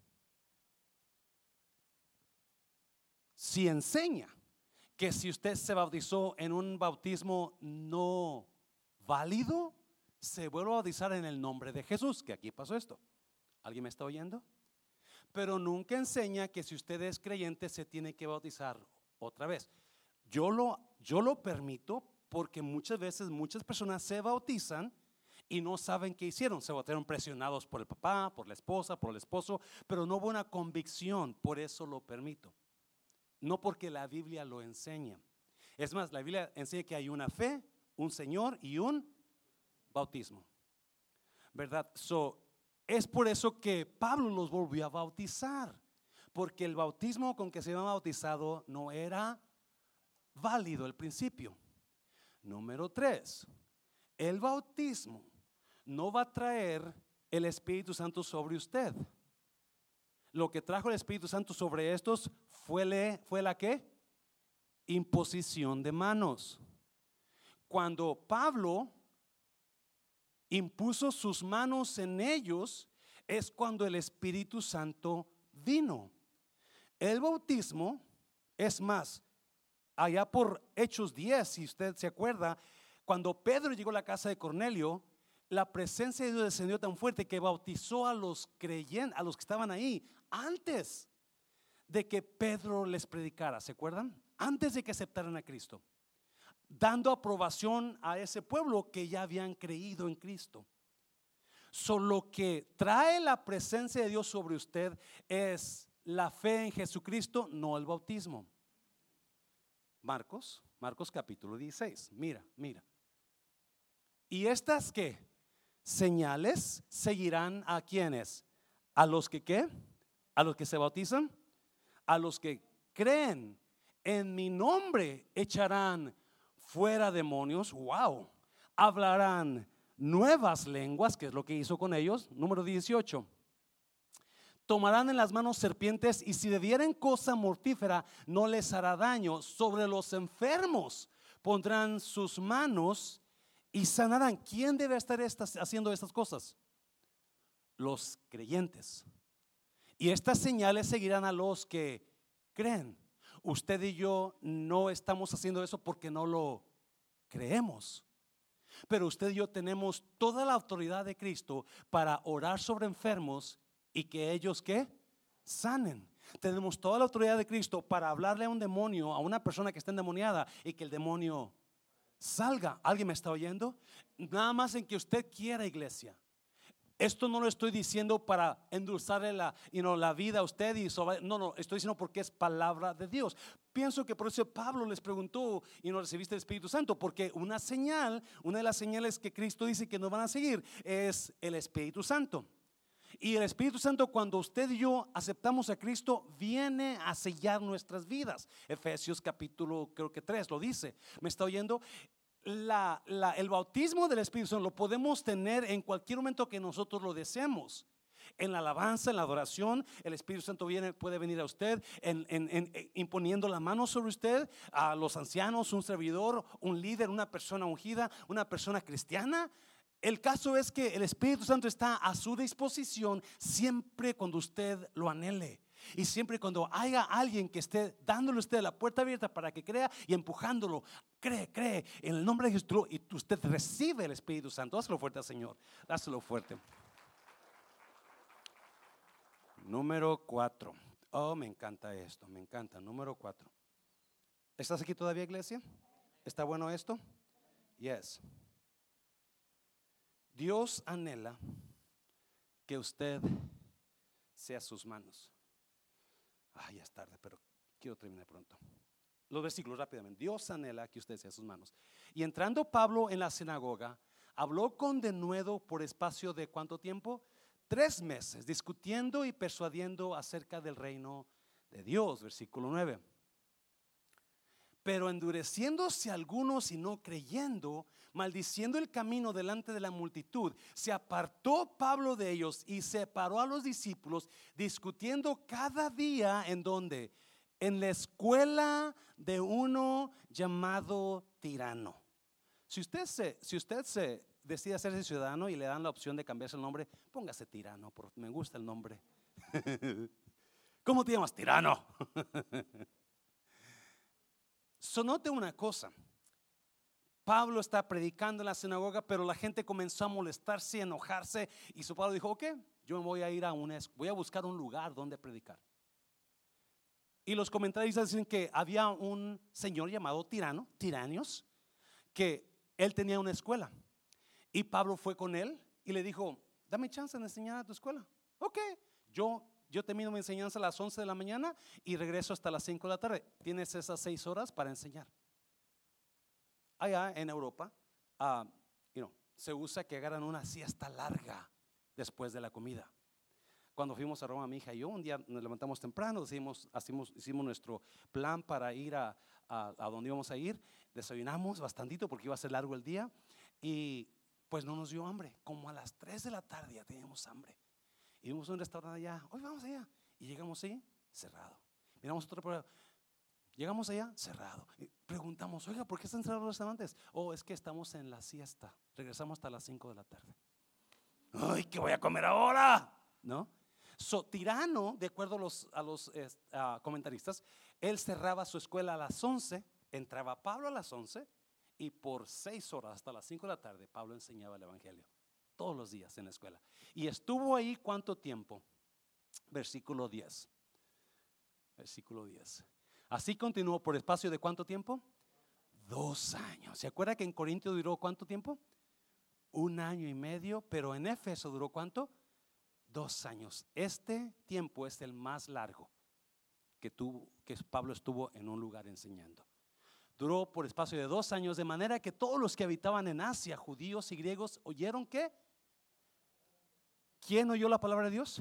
Si enseña que si usted se bautizó en un bautismo no válido, se vuelve a bautizar en el nombre de Jesús, que aquí pasó esto. ¿Alguien me está oyendo? Pero nunca enseña que si usted es creyente se tiene que bautizar otra vez. Yo lo, yo lo permito porque muchas veces muchas personas se bautizan y no saben qué hicieron. Se bautizaron presionados por el papá, por la esposa, por el esposo, pero no hubo una convicción. Por eso lo permito. No porque la Biblia lo enseña. Es más, la Biblia enseña que hay una fe, un Señor y un bautismo, ¿verdad? So, es por eso que Pablo los volvió a bautizar, porque el bautismo con que se habían bautizado no era válido al principio. Número tres, el bautismo no va a traer el Espíritu Santo sobre usted. lo que trajo el Espíritu Santo sobre estos fue, le, fue la ¿qué? Imposición de manos. Cuando Pablo impuso sus manos en ellos, es cuando el Espíritu Santo vino. El bautismo, es más, allá por Hechos diez, si usted se acuerda, cuando Pedro llegó a la casa de Cornelio, la presencia de Dios descendió tan fuerte que bautizó a los creyentes, a los que estaban ahí, antes de que Pedro les predicara. ¿Se acuerdan? Antes de que aceptaran a Cristo, dando aprobación a ese pueblo que ya habían creído en Cristo. Solo que trae la presencia de Dios sobre usted es la fe en Jesucristo, no el bautismo. Marcos, Marcos capítulo dieciséis. Mira, mira. ¿Y estas qué? Señales seguirán a quienes, a los que qué, a los que se bautizan, a los que creen en mi nombre echarán fuera demonios. Wow. Hablarán nuevas lenguas, que es lo que hizo con ellos. Número dieciocho. Tomarán en las manos serpientes, y si bebieren cosa mortífera no les hará daño. Sobre los enfermos pondrán sus manos y sanarán. ¿Quién debe estar estas, haciendo estas cosas? Los creyentes. Y estas señales seguirán a los que creen. Usted y yo no estamos haciendo eso porque no lo creemos. Pero usted y yo tenemos toda la autoridad de Cristo para orar sobre enfermos y que ellos ¿qué? Sanen. Tenemos toda la autoridad de Cristo para hablarle a un demonio, a una persona que está endemoniada, y que el demonio salga. ¿Alguien me está oyendo? Nada más en que usted quiera, iglesia. Esto no lo estoy diciendo para endulzarle la, you know, la vida a usted y sobre, no, no, estoy diciendo porque es palabra de Dios. Pienso que por eso Pablo les preguntó, y no recibiste el Espíritu Santo, porque una señal, una de las señales que Cristo dice que nos van a seguir es el Espíritu Santo. Y el Espíritu Santo, cuando usted y yo aceptamos a Cristo, viene a sellar nuestras vidas. Efesios capítulo creo que tres lo dice. ¿Me está oyendo? La, la, el bautismo del Espíritu Santo lo podemos tener en cualquier momento que nosotros lo deseemos. En la alabanza, en la adoración, el Espíritu Santo viene, puede venir a usted en, en, en, en, imponiendo la mano sobre usted, a los ancianos, un servidor, un líder, una persona ungida, una persona cristiana. El caso es que el Espíritu Santo está a su disposición siempre cuando usted lo anhele. Y siempre cuando haya alguien que esté dándole a usted la puerta abierta para que crea y empujándolo, cree, cree en el nombre de Jesús, y usted recibe el Espíritu Santo. Dáselo fuerte al Señor, dáselo fuerte. Número cuatro. Oh, me encanta esto, me encanta. Número cuatro. ¿Estás aquí todavía, iglesia? ¿Está bueno esto? Yes. Dios anhela que usted sea sus manos. Ah, ya es tarde, pero quiero terminar pronto. Los versículos rápidamente. Dios anhela que usted sea sus manos. Y entrando Pablo en la sinagoga, habló con denuedo por espacio de ¿cuánto tiempo? Tres meses, discutiendo y persuadiendo acerca del reino de Dios. Versículo nueve. Pero endureciéndose algunos y no creyendo, maldiciendo el camino delante de la multitud, se apartó Pablo de ellos y separó a los discípulos, discutiendo cada día en donde, en la escuela de uno llamado Tirano. Si usted se, si usted se decide hacerse ciudadano y le dan la opción de cambiarse el nombre, póngase Tirano, porque me gusta el nombre. ¿Cómo te llamas? Tirano. So, note una cosa. Pablo está predicando en la sinagoga, pero la gente comenzó a molestarse, a enojarse, y su Pablo dijo: ok, yo me voy a ir a una, voy a buscar un lugar donde predicar. Y los comentaristas dicen que había un señor llamado Tirano, Tiranios, que él tenía una escuela, y Pablo fue con él y le dijo: dame chance de enseñar a tu escuela. Ok, yo Yo termino mi enseñanza a las once de la mañana y regreso hasta las cinco de la tarde. Tienes esas seis horas para enseñar. Allá en Europa, uh, you know, se usa que agarran una siesta larga después de la comida. Cuando fuimos a Roma, mi hija y yo, un día nos levantamos temprano, hicimos, hicimos, hicimos nuestro plan para ir a, a, a donde íbamos a ir. Desayunamos bastantito porque iba a ser largo el día, y pues no nos dio hambre. Como a las tres de la tarde ya teníamos hambre. Y vimos un restaurante allá, hoy vamos allá. Y llegamos ahí, cerrado. Miramos otro programa. Llegamos allá, cerrado. Y preguntamos, oiga, ¿por qué están cerrados los restaurantes? Oh, es que estamos en la siesta. Regresamos hasta las cinco de la tarde. Ay, ¿qué voy a comer ahora? ¿No? So, Tirano, de acuerdo a los, a los eh, uh, comentaristas, él cerraba su escuela a las once, entraba Pablo a las once, y por seis horas hasta las cinco de la tarde Pablo enseñaba el evangelio todos los días en la escuela. Y estuvo ahí ¿cuánto tiempo? Versículo diez. Versículo diez. Así continuó por espacio de ¿cuánto tiempo? Dos años. ¿Se acuerda que en Corinto duró cuánto tiempo? Un año y medio, pero en Éfeso duró ¿cuánto? Dos años. Este tiempo es el más largo que tuvo, que Pablo estuvo en un lugar enseñando. Duró por espacio de dos años, de manera que todos los que habitaban en Asia, judíos y griegos, oyeron que. ¿Quién oyó la palabra de Dios?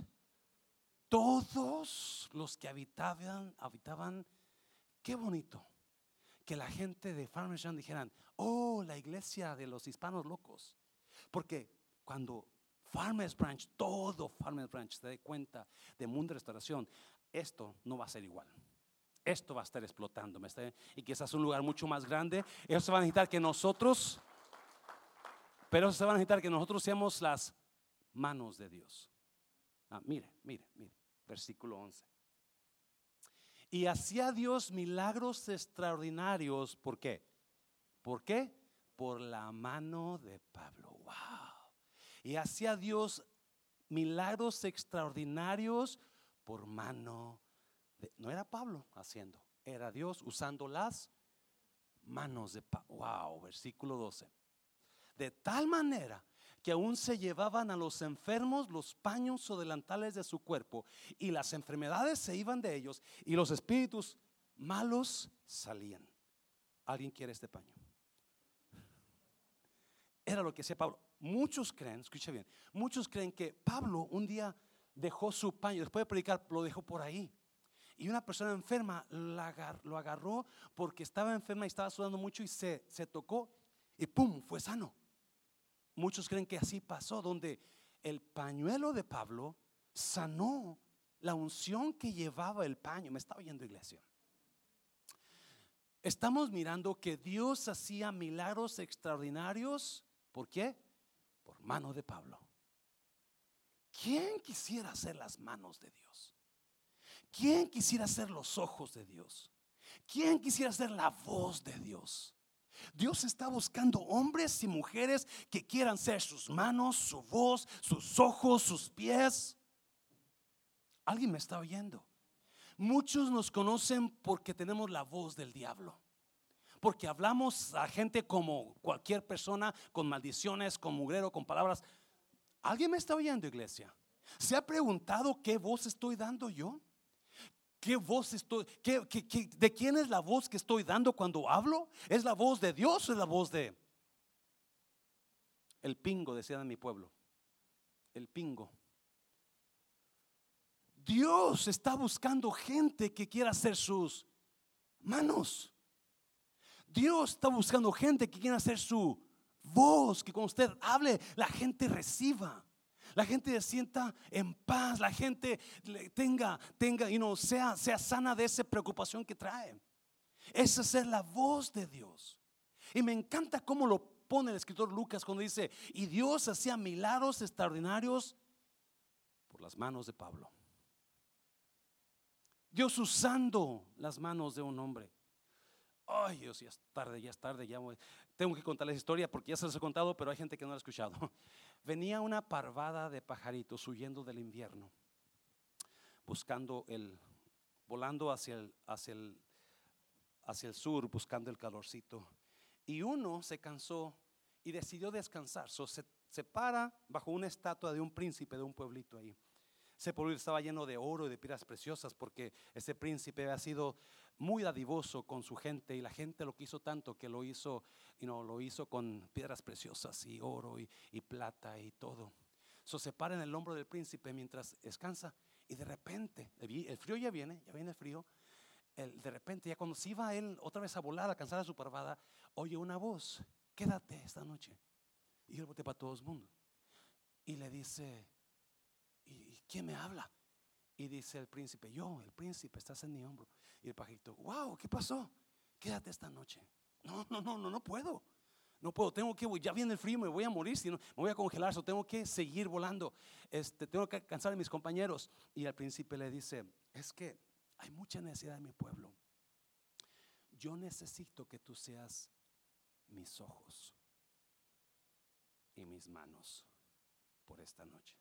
Todos los que habitaban, habitaban. Qué bonito que la gente de Farmers Branch dijeran, oh, la iglesia de los hispanos locos. Porque cuando Farmers Branch, todo Farmers Branch se dé cuenta de Mundo de Restauración, esto no va a ser igual. Esto va a estar explotando, ¿me está? Y quizás un lugar mucho más grande. Ellos se van a necesitar que nosotros, pero se van a necesitar que nosotros seamos las manos de Dios. Ah, mire, mire, mire, versículo once. Y hacía Dios milagros extraordinarios. ¿Por qué? ¿Por qué? Por la mano de Pablo. Wow. Y hacía Dios milagros extraordinarios por mano de, no era Pablo haciendo, era Dios usando las manos de Pablo. Wow, versículo doce. De tal manera que aún se llevaban a los enfermos los paños o delantales de su cuerpo, y las enfermedades se iban de ellos, y los espíritus malos salían. ¿Alguien quiere este paño? Era lo que decía Pablo. Muchos creen, escucha bien, muchos creen que Pablo un día dejó su paño, después de predicar lo dejó por ahí, y una persona enferma lo agarró porque estaba enferma y estaba sudando mucho, y se, se tocó y pum, fue sano. Muchos creen que así pasó, donde el pañuelo de Pablo sanó la unción que llevaba el paño. ¿Me está oyendo, iglesia? Estamos mirando que Dios hacía milagros extraordinarios. ¿Por qué? Por mano de Pablo. ¿Quién quisiera ser las manos de Dios? ¿Quién quisiera ser los ojos de Dios? ¿Quién quisiera ser la voz de Dios? Dios está buscando hombres y mujeres que quieran ser sus manos, su voz, sus ojos, sus pies. ¿Alguien me está oyendo? Muchos nos conocen porque tenemos la voz del diablo, porque hablamos a gente como cualquier persona, con maldiciones, con mugrero, con palabras. ¿Alguien me está oyendo, iglesia? ¿Se ha preguntado qué voz estoy dando yo? ¿Qué voz estoy? ¿Qué, qué, qué, ¿De quién es la voz que estoy dando cuando hablo? ¿Es la voz de Dios o es la voz de el pingo? Decían en mi pueblo, el pingo. Dios está buscando gente que quiera hacer sus manos. Dios está buscando gente que quiera hacer su voz, que cuando usted hable la gente reciba, la gente se sienta en paz, la gente tenga, tenga, you know, sea, sea sana de esa preocupación que trae. Esa es ser la voz de Dios. Y me encanta cómo lo pone el escritor Lucas cuando dice: y Dios hacía milagros extraordinarios por las manos de Pablo. Dios usando las manos de un hombre. Ay, Dios, ya es tarde, ya es tarde, ya voy. Tengo que contar la historia porque ya se los he contado, pero hay gente que no la ha escuchado. Venía una parvada de pajaritos huyendo del invierno, buscando el, volando hacia el, hacia el, hacia el sur, buscando el calorcito. Y uno se cansó y decidió descansar. So, se, se para bajo una estatua de un príncipe de un pueblito ahí. Ese pueblo estaba lleno de oro y de piedras preciosas, porque ese príncipe había sido muy dadivoso con su gente, y la gente lo quiso tanto que lo hizo, you know, lo hizo con piedras preciosas y oro y, y plata y todo. So, se para en el hombro del príncipe mientras descansa, y de repente el, el frío ya viene, ya viene el frío. El, de repente, ya cuando se iba él otra vez a volar, a cansar a su parvada, oye una voz: quédate esta noche. Y él voltea para todo el mundo y le dice: ¿y quién me habla? Y dice el príncipe: yo, el príncipe, estás en mi hombro. Y el pajarito: wow, ¿qué pasó? Quédate esta noche. No, no, no, no, no puedo. No puedo, tengo que, ya viene el frío, me voy a morir, si no, me voy a congelar, so tengo que seguir volando. Este, tengo que alcanzar a mis compañeros. Y el príncipe le dice: es que hay mucha necesidad en mi pueblo. Yo necesito que tú seas mis ojos y mis manos por esta noche.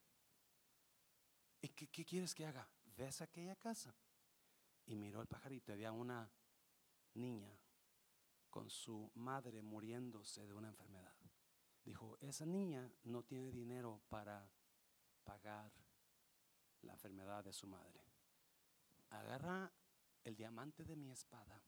¿Y qué, qué quieres que haga? ¿Ves aquella casa? Y miró el pajarito, había una niña con su madre muriéndose de una enfermedad. Dijo: esa niña no tiene dinero para pagar la enfermedad de su madre. Agarra el diamante de mi espada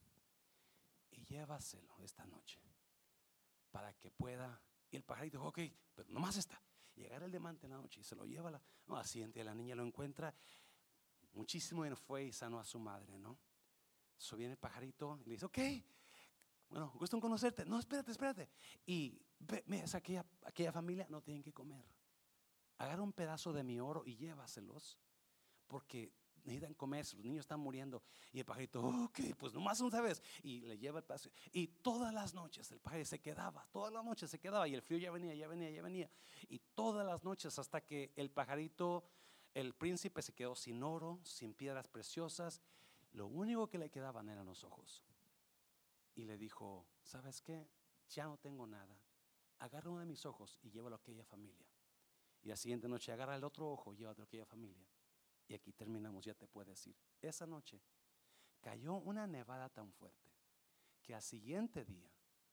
y llévaselo esta noche para que pueda. Y el pajarito dijo: ok, pero nomás está. Y agarra el diamante en la noche y se lo lleva. La, no, al siguiente la niña lo encuentra muchísimo y fue y sanó a su madre, ¿no? So viene el pajarito y le dice: ok, bueno, gusto en conocerte. No, espérate, espérate. Y ve, mira, es aquella, aquella familia no tienen que comer. Agarra un pedazo de mi oro y llévaselos, porque necesitan comer, los niños están muriendo. Y el pajarito: ok, pues nomás una vez. Y le lleva el pedazo. Y todas las noches el pajarito se quedaba, todas las noches se quedaba. Y el frío ya venía, ya venía, ya venía. Y todas las noches, hasta que el pajarito, el príncipe, se quedó sin oro, sin piedras preciosas. Lo único que le quedaban eran los ojos. Y le dijo: ¿sabes qué? Ya no tengo nada. Agarra uno de mis ojos y llévalo a aquella familia. Y la siguiente noche agarra el otro ojo y llévalo a aquella familia. Y aquí terminamos, ya te puedes ir. Esa noche cayó una nevada tan fuerte que al siguiente día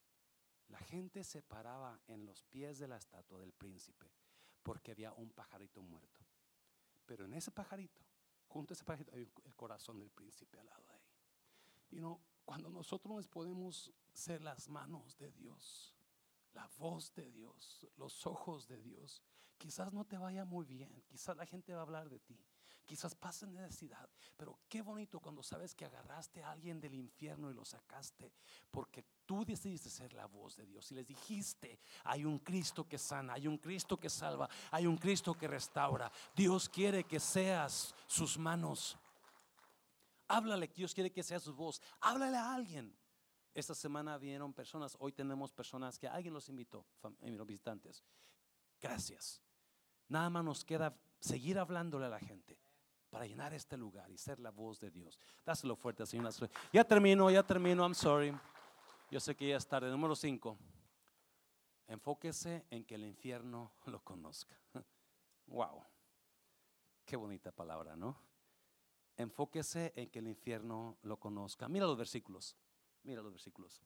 la gente se paraba en los pies de la estatua del príncipe, porque había un pajarito muerto. Pero en ese pajarito, junto a ese pajarito, hay el corazón del príncipe al lado de ahí. Y no, cuando nosotros nos podemos ser las manos de Dios, la voz de Dios, los ojos de Dios, quizás no te vaya muy bien, quizás la gente va a hablar de ti, quizás pases necesidad, pero qué bonito cuando sabes que agarraste a alguien del infierno y lo sacaste, porque tú decidiste ser la voz de Dios y les dijiste: hay un Cristo que sana, hay un Cristo que salva, hay un Cristo que restaura. Dios quiere que seas sus manos. Háblale, que Dios quiere que sea su voz. Háblale a alguien. Esta semana vinieron personas, hoy tenemos personas que alguien los invitó, los visitantes. Gracias. Nada más nos queda seguir hablándole a la gente para llenar este lugar y ser la voz de Dios. Dáselo fuerte, Señor. Ya termino, ya termino, I'm sorry. Yo sé que ya es tarde. Número cinco. Enfóquese en que el infierno lo conozca. Wow. Qué bonita palabra, ¿no? Enfóquese en que el infierno lo conozca. Mira los versículos. Mira los versículos.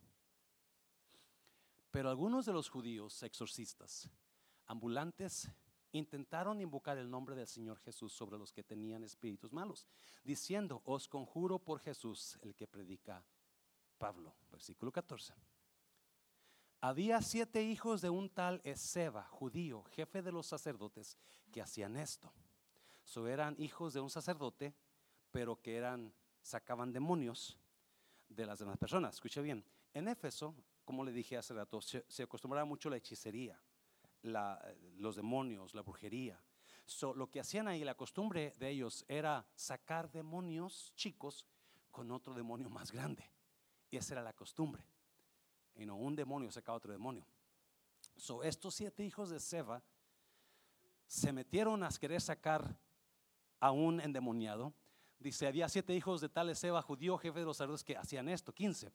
Pero algunos de los judíos exorcistas ambulantes intentaron invocar el nombre del Señor Jesús sobre los que tenían espíritus malos, diciendo: os conjuro por Jesús, el que predica Pablo. Versículo catorce. Había siete hijos de un tal Esceva, judío, jefe de los sacerdotes, que hacían esto. So eran hijos de un sacerdote, pero que eran, sacaban demonios de las demás personas. Escuche bien, en Éfeso, como le dije hace rato, se, se acostumbraba mucho la hechicería, la, los demonios, la brujería. So, lo que hacían ahí, la costumbre de ellos era sacar demonios chicos con otro demonio más grande. Y esa era la costumbre. Y no, un demonio sacaba otro demonio. So, estos siete hijos de Seba se metieron a querer sacar a un endemoniado. Dice: había siete hijos de tal Esceva, judío, jefe de los sacerdotes, que hacían esto. quince.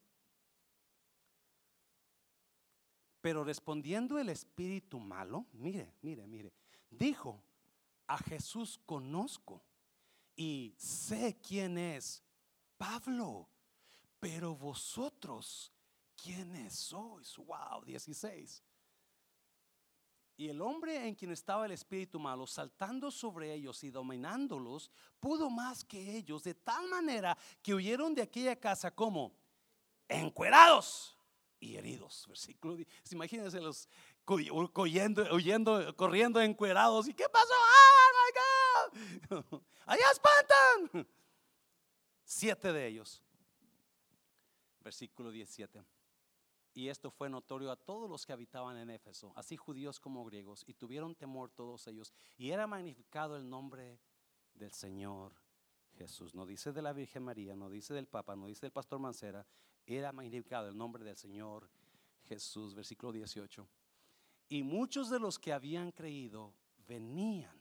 Pero respondiendo el espíritu malo, mire, mire, mire, dijo: a Jesús conozco y sé quién es Pablo, pero vosotros, ¿quiénes sois? Wow, dieciséis. Y el hombre en quien estaba el espíritu malo, saltando sobre ellos y dominándolos, pudo más que ellos, de tal manera que huyeron de aquella casa como encuerados y heridos. Versículo diez. Imagínense los huyendo, huyendo, corriendo encuerados. ¿Y qué pasó? ¡Oh my God! ¡Allá espantan! Siete de ellos. Versículo diecisiete. Y esto fue notorio a todos los que habitaban en Éfeso, así judíos como griegos, y tuvieron temor todos ellos. Y era magnificado el nombre del Señor Jesús. No dice de la Virgen María, no dice del Papa, no dice del pastor Mancera. Era magnificado el nombre del Señor Jesús. Versículo dieciocho. Y muchos de los que habían creído venían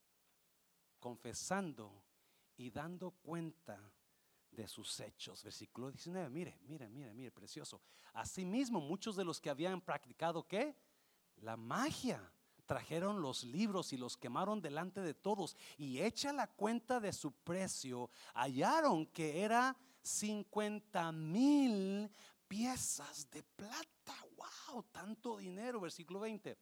confesando y dando cuenta de sus hechos. Versículo diecinueve. Mire, mire, mire, mire, precioso. Asimismo, muchos de los que habían practicado ¿qué? La magia, trajeron los libros y los quemaron delante de todos, y hecha la cuenta de su precio, hallaron que era cincuenta mil piezas de plata. Wow, tanto dinero. Versículo veinte.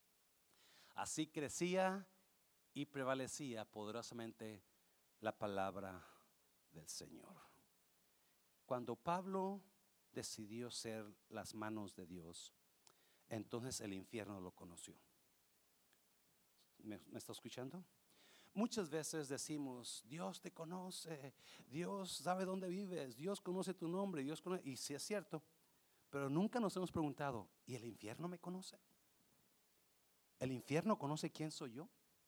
Así crecía y prevalecía poderosamente la palabra del Señor. Cuando Pablo decidió ser las manos de Dios, entonces el infierno lo conoció. ¿Me, me está escuchando? Muchas veces decimos: Dios te conoce, Dios sabe dónde vives, Dios conoce tu nombre, Dios conoce, y sí es cierto, pero nunca nos hemos preguntado: ¿y el infierno me conoce? ¿El infierno conoce quién soy yo?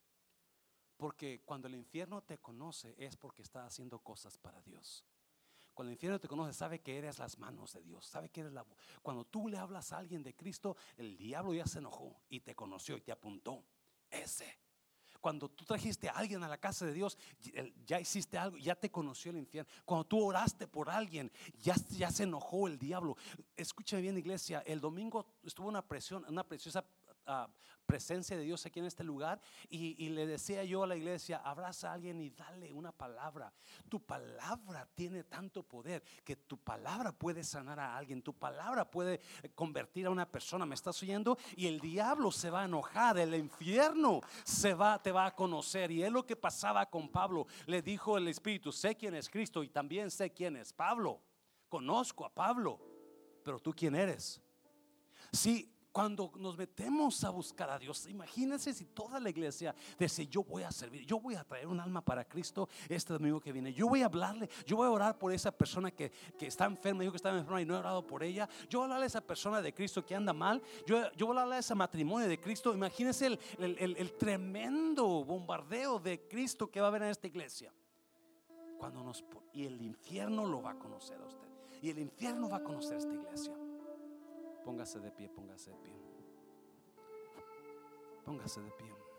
Porque cuando el infierno te conoce es porque está haciendo cosas para Dios. Cuando el infierno te conoce, sabe que eres las manos de Dios, sabe que eres la. Cuando tú le hablas a alguien de Cristo, el diablo ya se enojó y te conoció y te apuntó. Ese. Cuando tú trajiste a alguien a la casa de Dios, ya hiciste algo, ya te conoció el infierno. Cuando tú oraste por alguien, ya, ya se enojó el diablo. Escúchame bien, iglesia. El domingo estuvo una presión, una preciosa uh, presencia de Dios aquí en este lugar, y, y le decía yo a la iglesia: abraza a alguien y dale una palabra. Tu palabra tiene tanto poder que tu palabra puede sanar a alguien, tu palabra puede convertir a una persona. ¿Me estás oyendo? Y el diablo se va a enojar, el infierno se va, te va a conocer. Y es lo que pasaba con Pablo. Le dijo el Espíritu: sé quién es Cristo y también sé quién es Pablo. Conozco a Pablo, pero tú quién eres. Sí. Cuando nos metemos a buscar a Dios, imagínense si toda la iglesia dice: yo voy a servir, yo voy a traer un alma para Cristo este domingo que viene, yo voy a hablarle, yo voy a orar por esa persona que, que está enferma, dijo que estaba enferma y no he orado por ella, yo voy a hablarle a esa persona de Cristo que anda mal, yo, yo voy a hablarle a ese matrimonio de Cristo. Imagínense el, el, el, el tremendo bombardeo de Cristo que va a haber en esta iglesia. Cuando nos, y el infierno lo va a conocer a usted, y el infierno va a conocer a esta iglesia. Póngase de pie, póngase de pie. Póngase de pie.